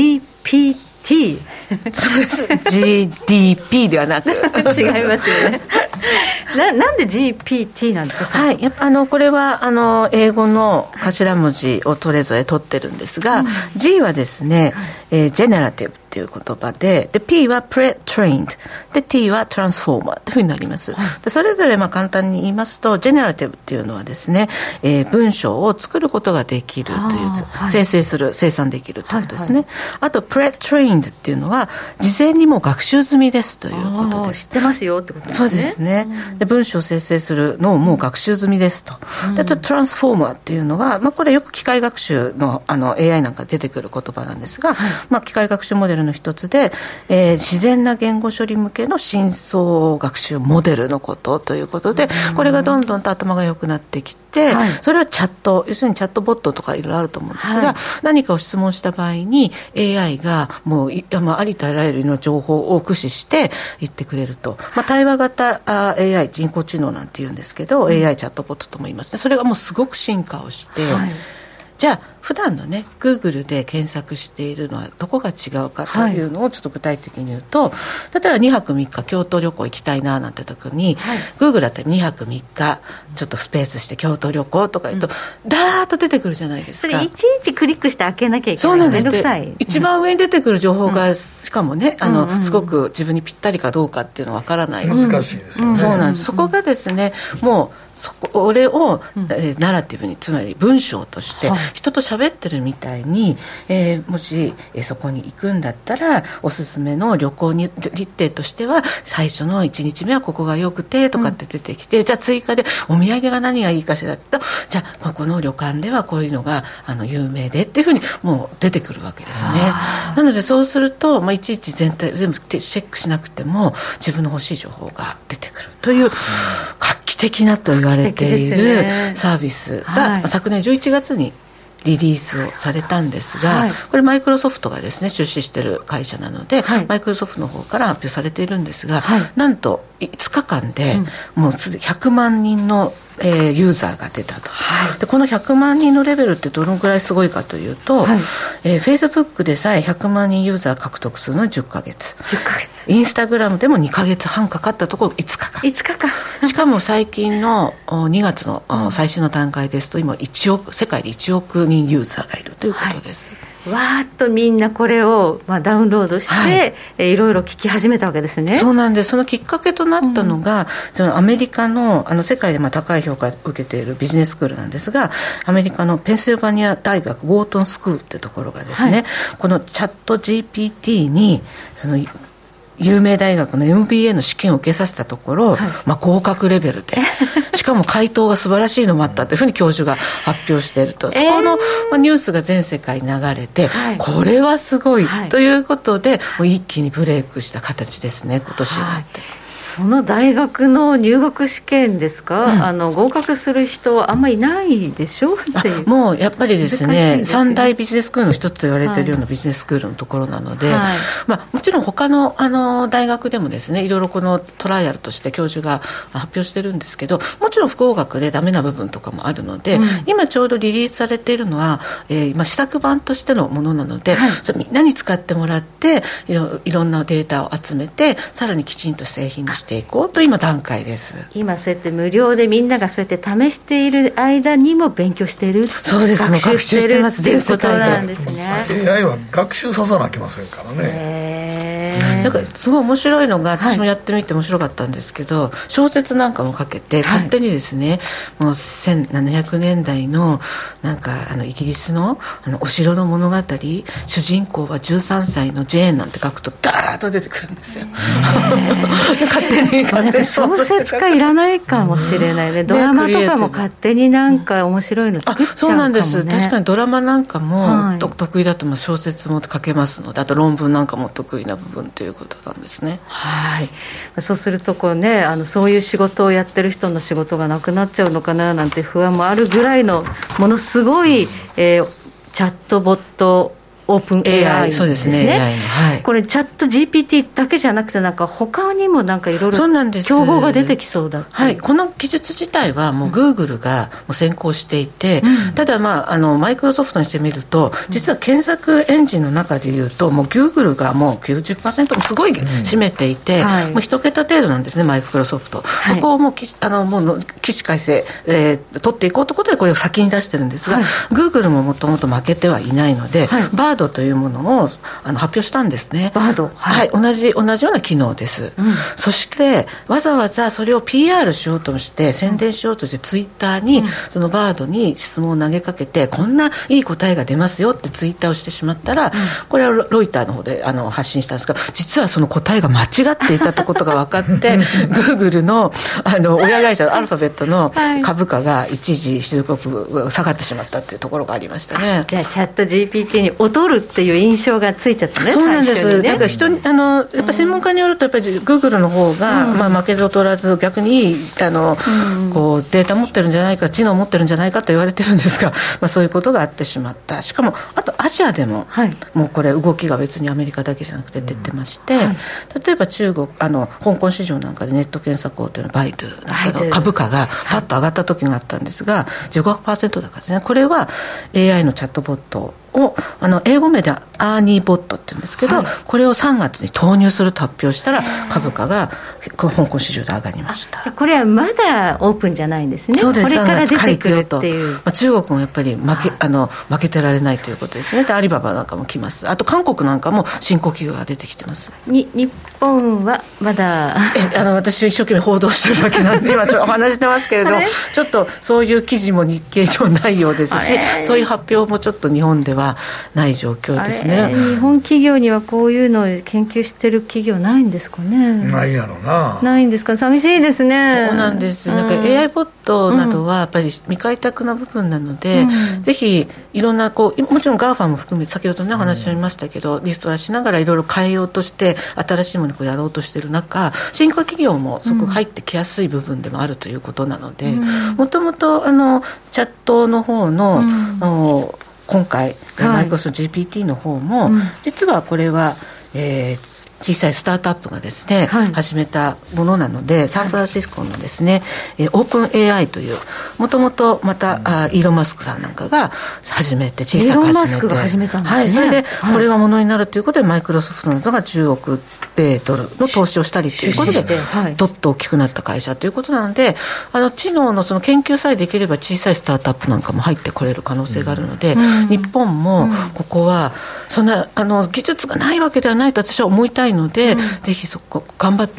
GPT。 そうです GDP ではなく違いますよねなんで GPT なんですか。 はい、これは英語の頭文字をそれぞれ取ってるんですが、G はですね、Generative っていう言葉で P は Pre-trained で T は Transformer というふうになります、でそれぞれ簡単に言いますと Generative っていうのはですね、文章を作ることができるという、生産できるということですね、あと Pre-trained っていうのは事前にもう学習済みですということです。 知ってますよってことですね。 そうですね、で文章を生成するのをもう学習済みですと、であとトランスフォーマーっていうのは、これよく機械学習のAI なんか出てくる言葉なんですが、機械学習モデルの一つで、自然な言語処理向けの深層学習モデルのことということで、これがどんどんと頭が良くなってきて、それはチャット、要するにチャットボットとかいろいろあると思うんですが、何かを質問した場合に AI がもうありとあらゆるの情報を駆使して言ってくれると、対話型AI 人工知能なんて言うんですけど、AI チャットボットとも言いますね。それがもうすごく進化をして、じゃあ普段のね Google で検索しているのはどこが違うかというのをちょっと具体的に言うと、例えば2泊3日京都旅行行きたいななんて時に、Google だったら2泊3日ちょっとスペースして京都旅行とか言うと、ダーッと出てくるじゃないですか。 それいちいちクリックして開けなきゃいけない。 そうなんです。 めんどくさい。 一番上に出てくる情報が、しかもねすごく自分にぴったりかどうかっていうのは分からない。 難しいですよね。 そうなんです。そこがですね、もうこれを、ナラティブに、つまり文章として人と喋喋ってるみたいに、もし、そこに行くんだったらおすすめの旅行日程としては最初の1日目はここがよくてとかって出てきて、じゃあ追加でお土産が何がいいかしらと、じゃあここの旅館ではこういうのが有名でっていうふうにもう出てくるわけですね。なのでそうすると、いちいち全部チェックしなくても自分の欲しい情報が出てくるという画期的なと言われているサービスが、昨年11月にリリースをされたんですが、これマイクロソフトがですね出資している会社なので、マイクロソフトの方から発表されているんですが、なんと5日間でもうすでに100万人のユーザーが出たと、でこの100万人のレベルってどのくらいすごいかというと、Facebook でさえ100万人ユーザー獲得するのに10ヶ月、インスタグラムでも2ヶ月半かかったところ5日間しかも最近の2月の最新の段階ですと今世界で1億人ユーザーがいるということです。 わーっとみんなこれをダウンロードして、いろいろ聞き始めたわけですね。 そうなんです。そのきっかけとなったのが、そのアメリカの世界で高い評価を受けているビジネススクールなんですが、アメリカのペンシルバニア大学ウォートンスクールってところがですね、このチャット GPT にその有名大学の MBA の試験を受けさせたところ、合格レベルでしかも回答が素晴らしいのもあったというふうに教授が発表していると、そこのニュースが全世界に流れて、これはすごい、ということでもう一気にブレイクした形ですね、今年になって。 その大学の入学試験ですか、合格する人あんまりいないでしょっていう。 もうやっぱりですね、三大ビジネススクールの一つと言われているようなビジネススクールのところなので、もちろん他の大学でもですねいろいろこのトライアルとして教授が発表してるんですけど、もちろん不合格でダメな部分とかもあるので、今ちょうどリリースされているのは、試作版としてのものなので、それみんなに使ってもらっていろんなデータを集めてさらにきちんと製品にしていこうと今段階です。 今そうやって無料でみんながそうやって試している間にも勉強している、 そうです、学習してますということなんですね。 AI は学習させなきゃいけませんからね。 だからすごい面白いのが、私もやってみて面白かったんですけど、小説なんかも書けて勝手にですね、もう1700年代のなんかイギリスのお城の物語、主人公は13歳のジェーンなんて書くとダーッと出てくるんですよ。勝手に小説家いらないかもしれないね。ドラマとかも勝手になんか面白いの作っちゃうかもね。 そうなんです。確かにドラマなんかも得意だと小説も書けますので、あと論文なんかも得意な部分ということなんですね。 そうするとこうね、そういう仕事をやってる人の仕事がなくなっちゃうのかななんて不安もあるぐらいのものすごい、チャットボットオープン AI そうですね、 AI の、これチャット GPT だけじゃなくて、なんか他にもなんかいろいろ競合が出てきそうだって。 この技術自体はもう Google がもう先行していて、ただマイクロソフトにしてみると、実は検索エンジンの中でいうともう Google がもう 90% もすごい占めていて、もう一桁程度なんですね、マイクロソフト。そこをもう起死回生、取っていこうということでこれを先に出してるんですが、Google ももともと負けてはいないので、バードというものを発表したんですね。 バード、 同じような機能です、そしてわざわざそれを PR しようとして宣伝しようとしてツイッターにそのバードに質問を投げかけて、こんないい答えが出ますよってツイッターをしてしまったら、これはロイターの方で発信したんですが、実はその答えが間違っていたということが分かってGoogle の親会社のアルファベットの株価が一時すごく下がってしまったというところがありましたね。 じゃあチャット GPT に劣るっていう印象がついちゃったね。 そうなんです、だから人にやっぱり専門家によるとやっぱり Google の方が、負けず劣らず逆にいいこうデータ持ってるんじゃないか、知能持ってるんじゃないかと言われてるんですが、そういうことがあってしまった。しかもあとアジアでも、もうこれ動きが別にアメリカだけじゃなくて出てまして、例えば中国香港市場なんかでネット検索大手のバイドゥなんかの株価がパッと上がった時があったんですが 15% 高ですね。これは AI のチャットボットを英語名ではアーニーボットって言うんですけど、これを3月に投入すると発表したら株価が香港市場で上がりました。 じゃこれはまだオープンじゃないんですね。 そうです。 これから出てくるっていう、 中国もやっぱり負けてられないということですね。でアリババなんかも来ます。あと韓国なんかも新興企業が出てきてます。 日本はまだ私は一生懸命報道してるだけなんで今ちょっとお話してますけれどもちょっとそういう記事も日経上ないようですし、そういう発表もちょっと日本ではない状況ですね。 日本企業にはこういうのを研究してる企業ないんですかね。 ないやろな。 ないんですか。寂しいですね。 そうなんです。なんか AI ボットなどはやっぱり未開拓な部分なので、ぜひいろんなもちろん GAFA も含め先ほどねお話ありましたけど、リストラしながらいろいろ変えようとして新しいものをやろうとしている中、新興企業もそこ入ってきやすい部分でもあるということなので、もともとチャットの方の、今回マイクロソフト GPT の方も、実はこれは、小さいスタートアップがですね、始めたものなので、サンフランシスコのですね、オープン AI というもともとまたイーロン・マスクさんなんかが始めて、小さく始めて、イーロン・マスクが始めたんですね。それでこれはものになるということで、マイクロソフトなどが10億米ドルの投資をしたりということで、どっと大きくなった会社ということなので、知能のその研究さえできれば小さいスタートアップなんかも入ってこれる可能性があるので、日本もここはそんな技術がないわけではないと私は思いたいので、ぜひそこ頑張って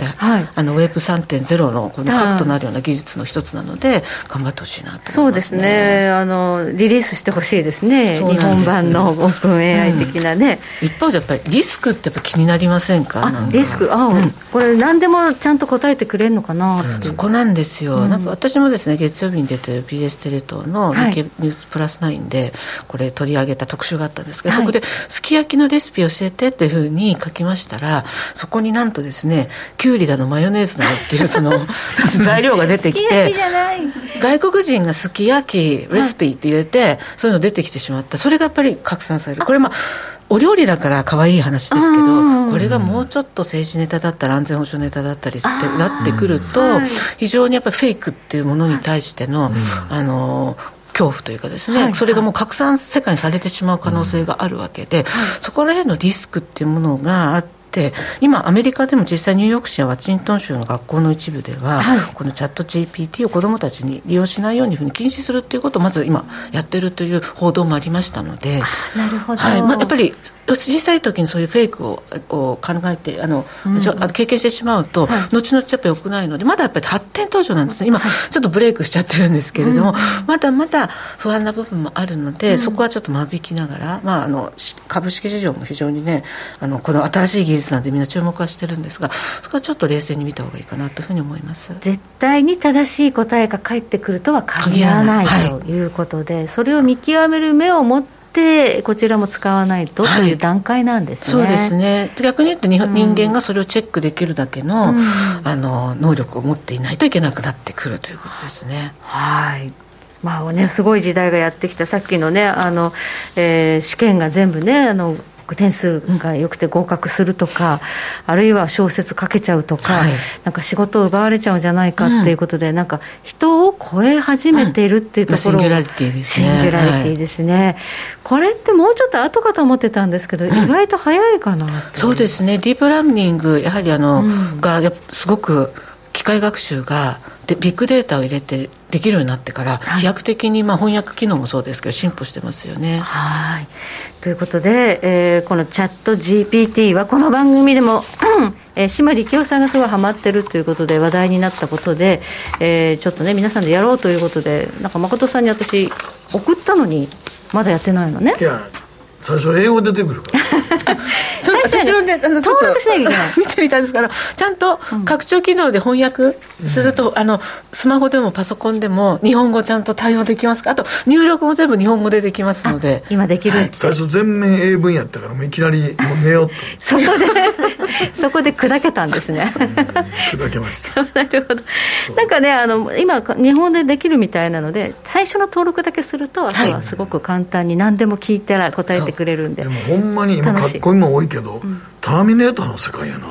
、Web3.0 のこの核となるような技術の一つなので頑張ってほしいなと思いますね。 そうですね。リリースしてほしいですね。日本版のオープン AI 的なね。 一方でやっぱりリスクってやっぱ気になりませんか？ リスク、これ何でもちゃんと答えてくれるのかなって。 そこなんですよ。なんか私もですね、月曜日に出てる BS テレ東の日経ニュースプラス9でこれ取り上げた特集があったんですけど、そこですき焼きのレシピ教えてというふうに書きましたら、そこになんとですね、キュウリだのマヨネーズだのっていうその材料が出てきて、外国人がすき焼きレシピって入れて、そういうの出てきてしまった。それがやっぱり拡散される。これお料理だから可愛い話ですけど、これがもうちょっと政治ネタだったら安全保障ネタだったりってなってくると、非常にやっぱりフェイクっていうものに対しての恐怖というかですね、それがもう拡散世界にされてしまう可能性があるわけで、そこら辺のリスクっていうものがあって、今アメリカでも実際ニューヨーク市やワシントン州の学校の一部では、このチャット GPT を子どもたちに利用しないように禁止するということをまず今やってるという報道もありましたので、 なるほど、 やっぱり小さい時にそういうフェイクを考えて経験してしまうと、後々やっぱり良くないので、まだやっぱり発展途上なんですね。今ちょっとブレイクしちゃってるんですけれども、まだまだ不安な部分もあるので、そこはちょっと間引きながら、株式市場も非常にね、この新しい技術なんでみんな注目はしてるんですが、そこはちょっと冷静に見た方がいいかなというふうに思います。 絶対に正しい答えが返ってくるとは限らないということで、それを見極める目を持ってこちらも使わないとという段階なんですね。 そうですね。逆に言って人間がそれをチェックできるだけの、能力を持っていないといけなくなってくるということですね。 はい。すごい時代がやってきた。さっきのね、試験が全部ね、点数が良くて合格するとか、あるいは小説書けちゃうとか、なんか仕事を奪われちゃうんじゃないかっていうことで、なんか人を超え始めているっていうところ、 シンギュラリティですね。 シンギュラリティですね。これってもうちょっと後かと思ってたんですけど、意外と早いかなって。 そうですね。ディープラーニングやはりがすごく機械学習がビッグデータを入れてできるようになってから、飛躍的に翻訳機能もそうですけど進歩してますよね。 はい。ということで、このチャット GPT はこの番組でも島力夫さんがすごいハマってるということで話題になったことで、ちょっとね皆さんでやろうということで、なんか誠さんに私送ったのにまだやってないのね。 いや最初英語出てくるからそう私もね登録しなきゃいけない見てみたんですから、ちゃんと拡張機能で翻訳すると、スマホでもパソコンでも日本語ちゃんと対応できますか。あと入力も全部日本語でできますので、 今できる、 最初全面英文やったからもういきなりもう寝ようとそこで砕けたんですね砕けましたなるほど。なんかね今日本でできるみたいなので、最初の登録だけするとあとはすごく簡単に何でも聞いたら答えてくれるんで、 でもほんまに今かっこいいもん多いけど、ターミネーターの世界やな。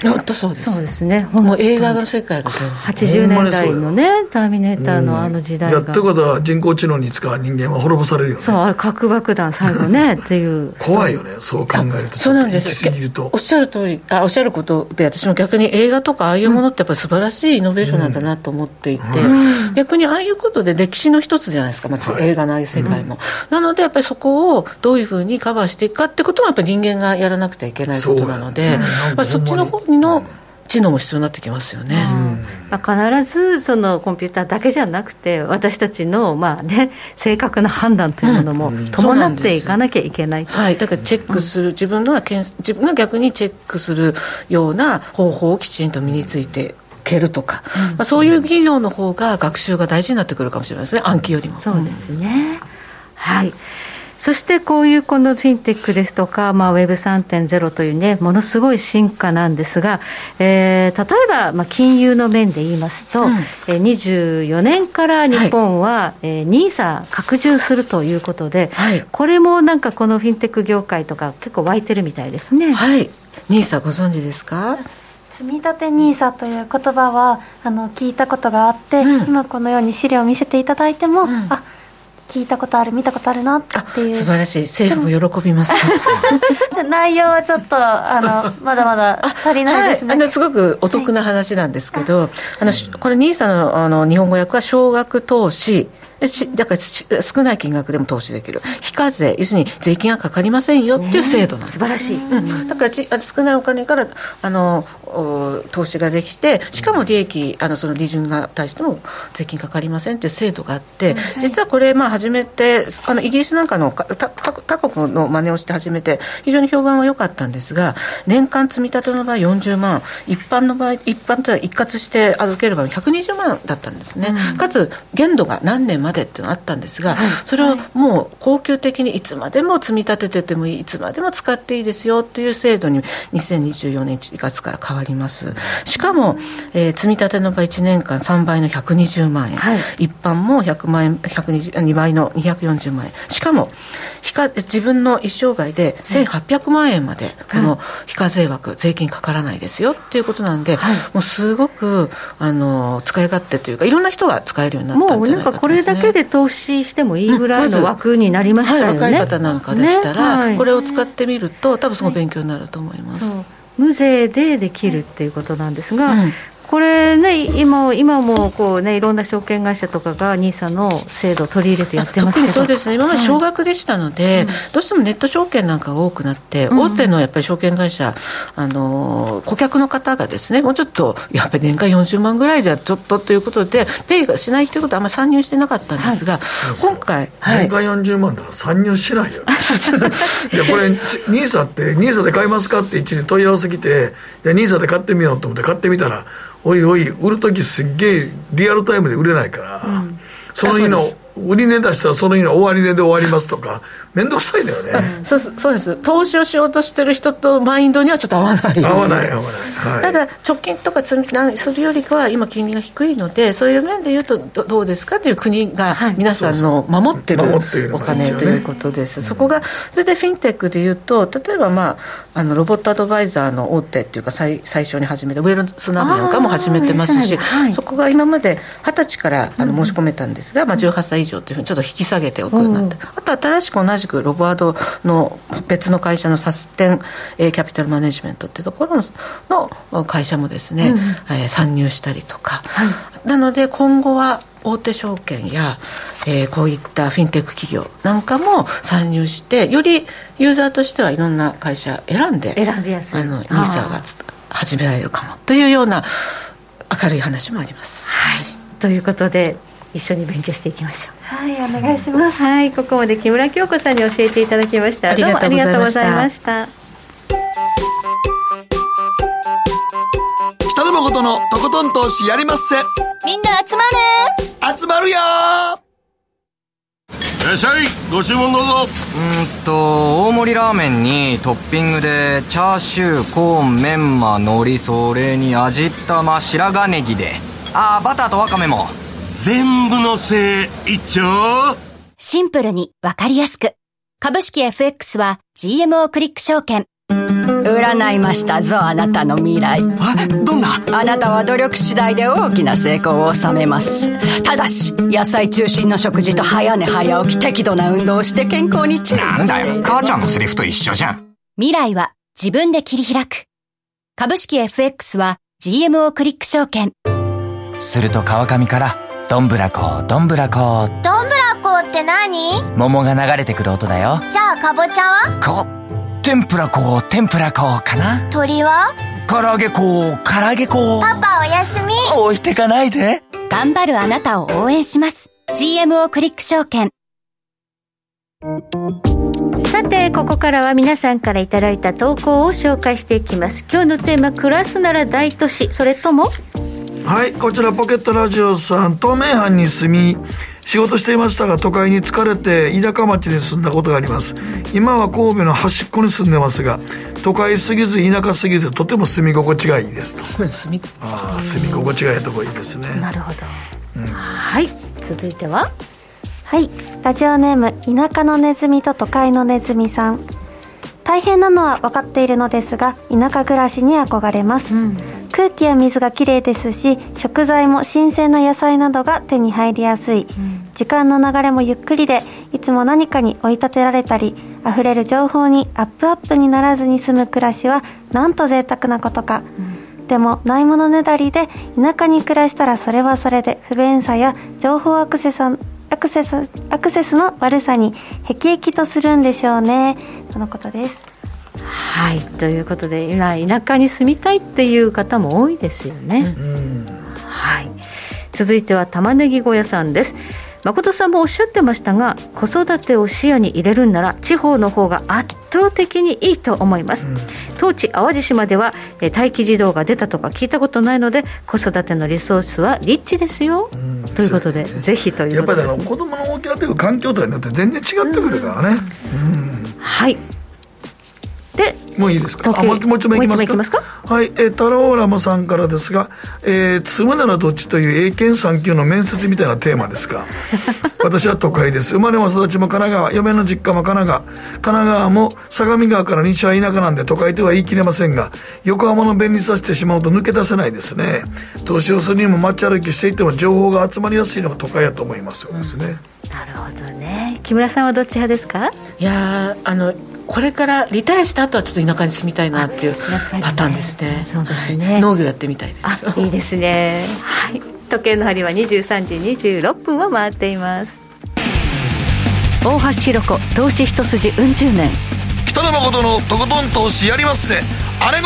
本当そうです。 そうですね。 もう映画の世界が 80年代のね、ターミネーターのあの時代が。 やってことは人工知能に使う人間は滅ぼされるよね。 そう、あれ核爆弾最後ねっていう。 怖いよね、そう考えると。 そうなんです。おっしゃる通り、おっしゃることで、私も逆に映画とかああいうものってやっぱり素晴らしいイノベーションなんだなと思っていて、逆にああいうことで歴史の一つじゃないですか、まず映画のああいう世界も。なのでやっぱりそこをどういうふうにカバーしていくかってこともやっぱり人間がやらなくてはいけないことなので、そっちの方の知能も必要になってきますよね。 必ずそのコンピューターだけじゃなくて私たちの正確な判断というものも伴っていかなきゃいけない、 はい、だからチェックする、自分が逆にチェックするような方法をきちんと身についてけるとか、そういう技能の方が学習が大事になってくるかもしれないですね、暗記よりも。 そうですね、はい。そしてこういうこのフィンテックですとか、Web3.0 というねものすごい進化なんですが、例えば金融の面で言いますと、24年から日本は、NISA 拡充するということで、これもなんかこのフィンテック業界とか結構湧いてるみたいですね。 はい、NISA ご存知ですか？ 積み立て NISA という言葉は聞いたことがあって、今このように資料を見せていただいても、聞いたことある、見たことあるなっていう。 素晴らしい、政府も喜びます内容はちょっとまだまだ足りないですね。 すごくお得な話なんですけど、これ NISA の日本語訳は少額投資、だから少ない金額でも投資できる非課税、要するに税金がかかりませんよっていう制度なんです。 素晴らしい、 だから少ないお金から投資ができて、しかも利益その利潤が対しても税金かかりませんっていう制度があって、実はこれ初めてイギリスなんかの他国の真似をして始めて非常に評判は良かったんですが、年間積み立ての場合40万、一般というのは一括して預ける場合120万だったんですね、かつ限度が何年までっていうのがあったんですが、それをもう恒久的にいつまでも積み立てててもいい、いつまでも使っていいですよという制度に2024年1月から変わります。しかも、積み立ての場合1年間3倍の120万円、一般も100万円2倍の240万円、しかも自分の一生涯で1800万円までこの非課税枠、税金かからないですよっていうことなんで、もうすごく使い勝手というかいろんな人が使えるようになったんじゃないかと思いますね。もうなんかこれだけで投資してもいいぐらいの枠になりましたよね、 若い方なんかでしたら、これを使ってみると多分すごい勉強になると思います。 無税でできるっていうことなんですが、これね、今もこうね、いろんな証券会社とかが NISA の制度を取り入れてやってますけど、 特にそうですね、今まで少額でしたので、どうしてもネット証券なんかが多くなって、大手のやっぱり証券会社、顧客の方がですね、もうちょっとやっぱり年間40万ぐらいじゃちょっとということでペイがしないということはあんまり参入してなかったんですが、今回年間40万なら参入しないよねいやこれ NISA って NISA で買いますかって一時問い合わせ来て、NISA で買ってみようと思って買ってみたら、おいおい売るときすっげえリアルタイムで売れないから、その日の売り値出したらその日の終わり値で終わりますとかめんどくさいんだよね。 そうです。投資をしようとしてる人とマインドにはちょっと合わない、ただ貯金とかするよりかは今金利が低いので、そういう面で言うとどうですかという国が皆さんの守ってるお金ということです。そこがそれでフィンテックで言うと、例えばロボットアドバイザーの大手っていうか最初に始めたウェルスナビなんかも始めてますし、そこが今まで20歳から申し込めたんですが、18歳以上というふうにちょっと引き下げておくようになって、あと新しく同じくロボアドの別の会社のサステン、キャピタルマネジメントっていうところの会社もですね、参入したりとか、なので今後は大手証券や、こういったフィンテック企業なんかも参入して、よりユーザーとしてはいろんな会社選びやすいNISA が始められるかもというような明るい話もあります。 ということで一緒に勉強していきましょう。 お願いします。 ここまで木村京子さんに教えていただきました。どうもありがとうございました。 北野誠のとことん投資やりまっせ。 みんな集まる集まるよいらっしゃい、ご注文どうぞ。 大盛りラーメンにトッピングでチャーシュー、コーン、メンマ、海苔、それに味玉、白髪ネギで、バターとワカメも全部のせい一丁。 シンプルにわかりやすく。株式 FX は GMO クリック証券。 占いましたぞ、あなたの未来。 どんな？ あなたは努力次第で大きな成功を収めます。ただし野菜中心の食事と早寝早起き、適度な運動をして健康に注意している。 なんだよ、母ちゃんのセリフと一緒じゃん。 未来は自分で切り開く。株式 FX は GMO クリック証券。 すると川上からどんぶらこどんぶらこ。 どんぶらこって何？ 桃が流れてくる音だよ。 じゃあかぼちゃは？ 天ぷらこ天ぷらこかな。 鳥は？ 唐揚げこ唐揚げこ。 パパおやすみ。 置いてかないで。 頑張るあなたを応援します。 GMO クリック証券。 さてここからは皆さんからいただいた投稿を紹介していきます。今日のテーマ、暮らすなら大都市、それとも。 はい、こちらポケットラジオさん。東名阪に住み仕事していましたが、都会に疲れて田舎町に住んだことがあります。今は神戸の端っこに住んでますが、都会すぎず田舎すぎず、とても住み心地がいいですと。住み心地がいいとこいいですね。 なるほど、はい、続いては。 はい、ラジオネーム田舎のネズミと都会のネズミさん。大変なのは分かっているのですが、田舎暮らしに憧れます、空気や水がきれいですし、食材も新鮮な野菜などが手に入りやすい、時間の流れもゆっくりで、いつも何かに追い立てられたり、溢れる情報にアップにならずに済む暮らしはなんと贅沢なことか、でもないものねだりで田舎に暮らしたら、それはそれで不便さや情報アクセスの悪さに辟易とするんでしょうね、とのことです。 はい、ということで今田舎に住みたいっていう方も多いですよね、はい、続いては玉ねぎ小屋さんです。誠さんもおっしゃってましたが、子育てを視野に入れるなら地方の方が圧倒的にいいと思います、当地淡路島では待機児童が出たとか聞いたことないので、子育てのリソースはリッチですよ、ということで、ぜひということです、ね、 やっぱり子供の大きなっていう環境とかによって全然違ってくるからね、 はい。でもういいですか。もう一枚いきますか。はい、タローラモさんからですが、住むならどっちという英検3級の面接みたいなテーマですが私は都会です。生まれも育ちも神奈川、嫁の実家も神奈川も相模川から西は田舎なんで都会とは言い切れませんが、横浜の便利させてしまうと抜け出せないですね。投資をするにも街歩きしていても情報が集まりやすいのが都会だと思いますよですね、 なるほどね。木村さんはどっち派ですか。 いやこれからリタイアした後はちょっと田舎に住みたいなっていうパターンですね。 そうですね、 農業やってみたいです。 いいですね、はい、時計の針は23時26分を回っています。大橋ひろ子投資一筋うん十年、 北野誠のとことん投資やりまっせ、あれごー。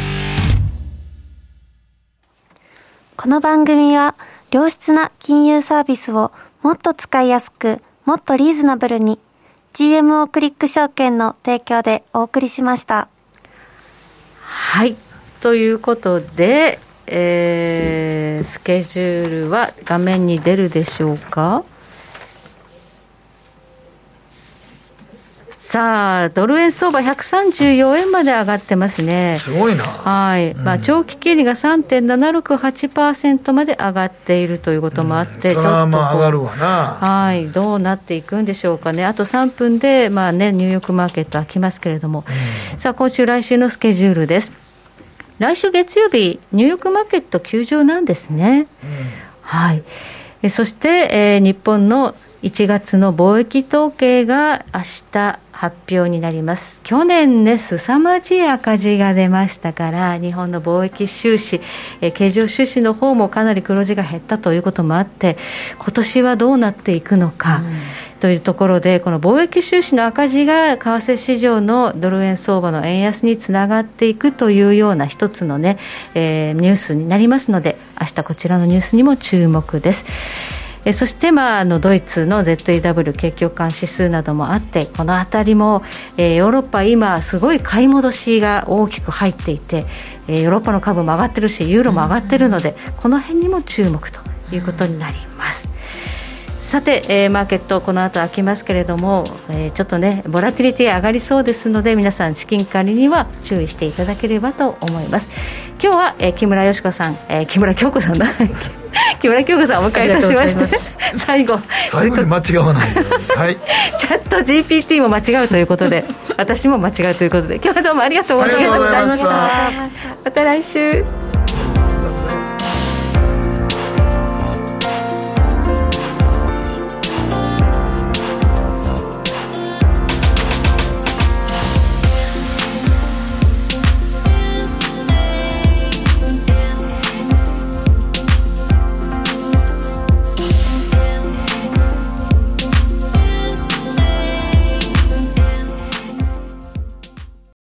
この番組は良質な金融サービスをもっと使いやすく、もっとリーズナブルに、GMO クリック証券の提供でお送りしました。 はい、ということで、スケジュールは画面に出るでしょうか。さあドル円相場134円まで上がってますね。 すごいな。 はい、長期金利が 3.768% まで上がっているということもあって、 それはまあ上がるわな。 はい、どうなっていくんでしょうかね。あと3分でニューヨークマーケット開きますけれども、さあ今週来週のスケジュールです。来週月曜日ニューヨークマーケット休場なんですね、はい。そして、日本の1月の貿易統計が明日発表になります。去年ね、凄まじい赤字が出ましたから、日本の貿易収支、経常収支の方もかなり黒字が減ったということもあって、今年はどうなっていくのか、というところで、この貿易収支の赤字が為替市場のドル円相場の円安につながっていくというような一つのね、ニュースになりますので、明日こちらのニュースにも注目です。そして、ドイツの ZEW 景況感指数などもあって、このあたりも、ヨーロッパ今すごい買い戻しが大きく入っていて、ヨーロッパの株も上がってるしユーロも上がってるので、この辺にも注目ということになります。さて、マーケットこの後開きますけれども、ちょっとねボラティリティ上がりそうですので、皆さん資金管理には注意していただければと思います。今日は、木村よしこさん、木村京子さんだ木村京子さんお迎えいたしまして最後に間違わないように、はい、 チャット GPT も間違うということで私も間違うということで今日はどうもありがとうございました。また来週。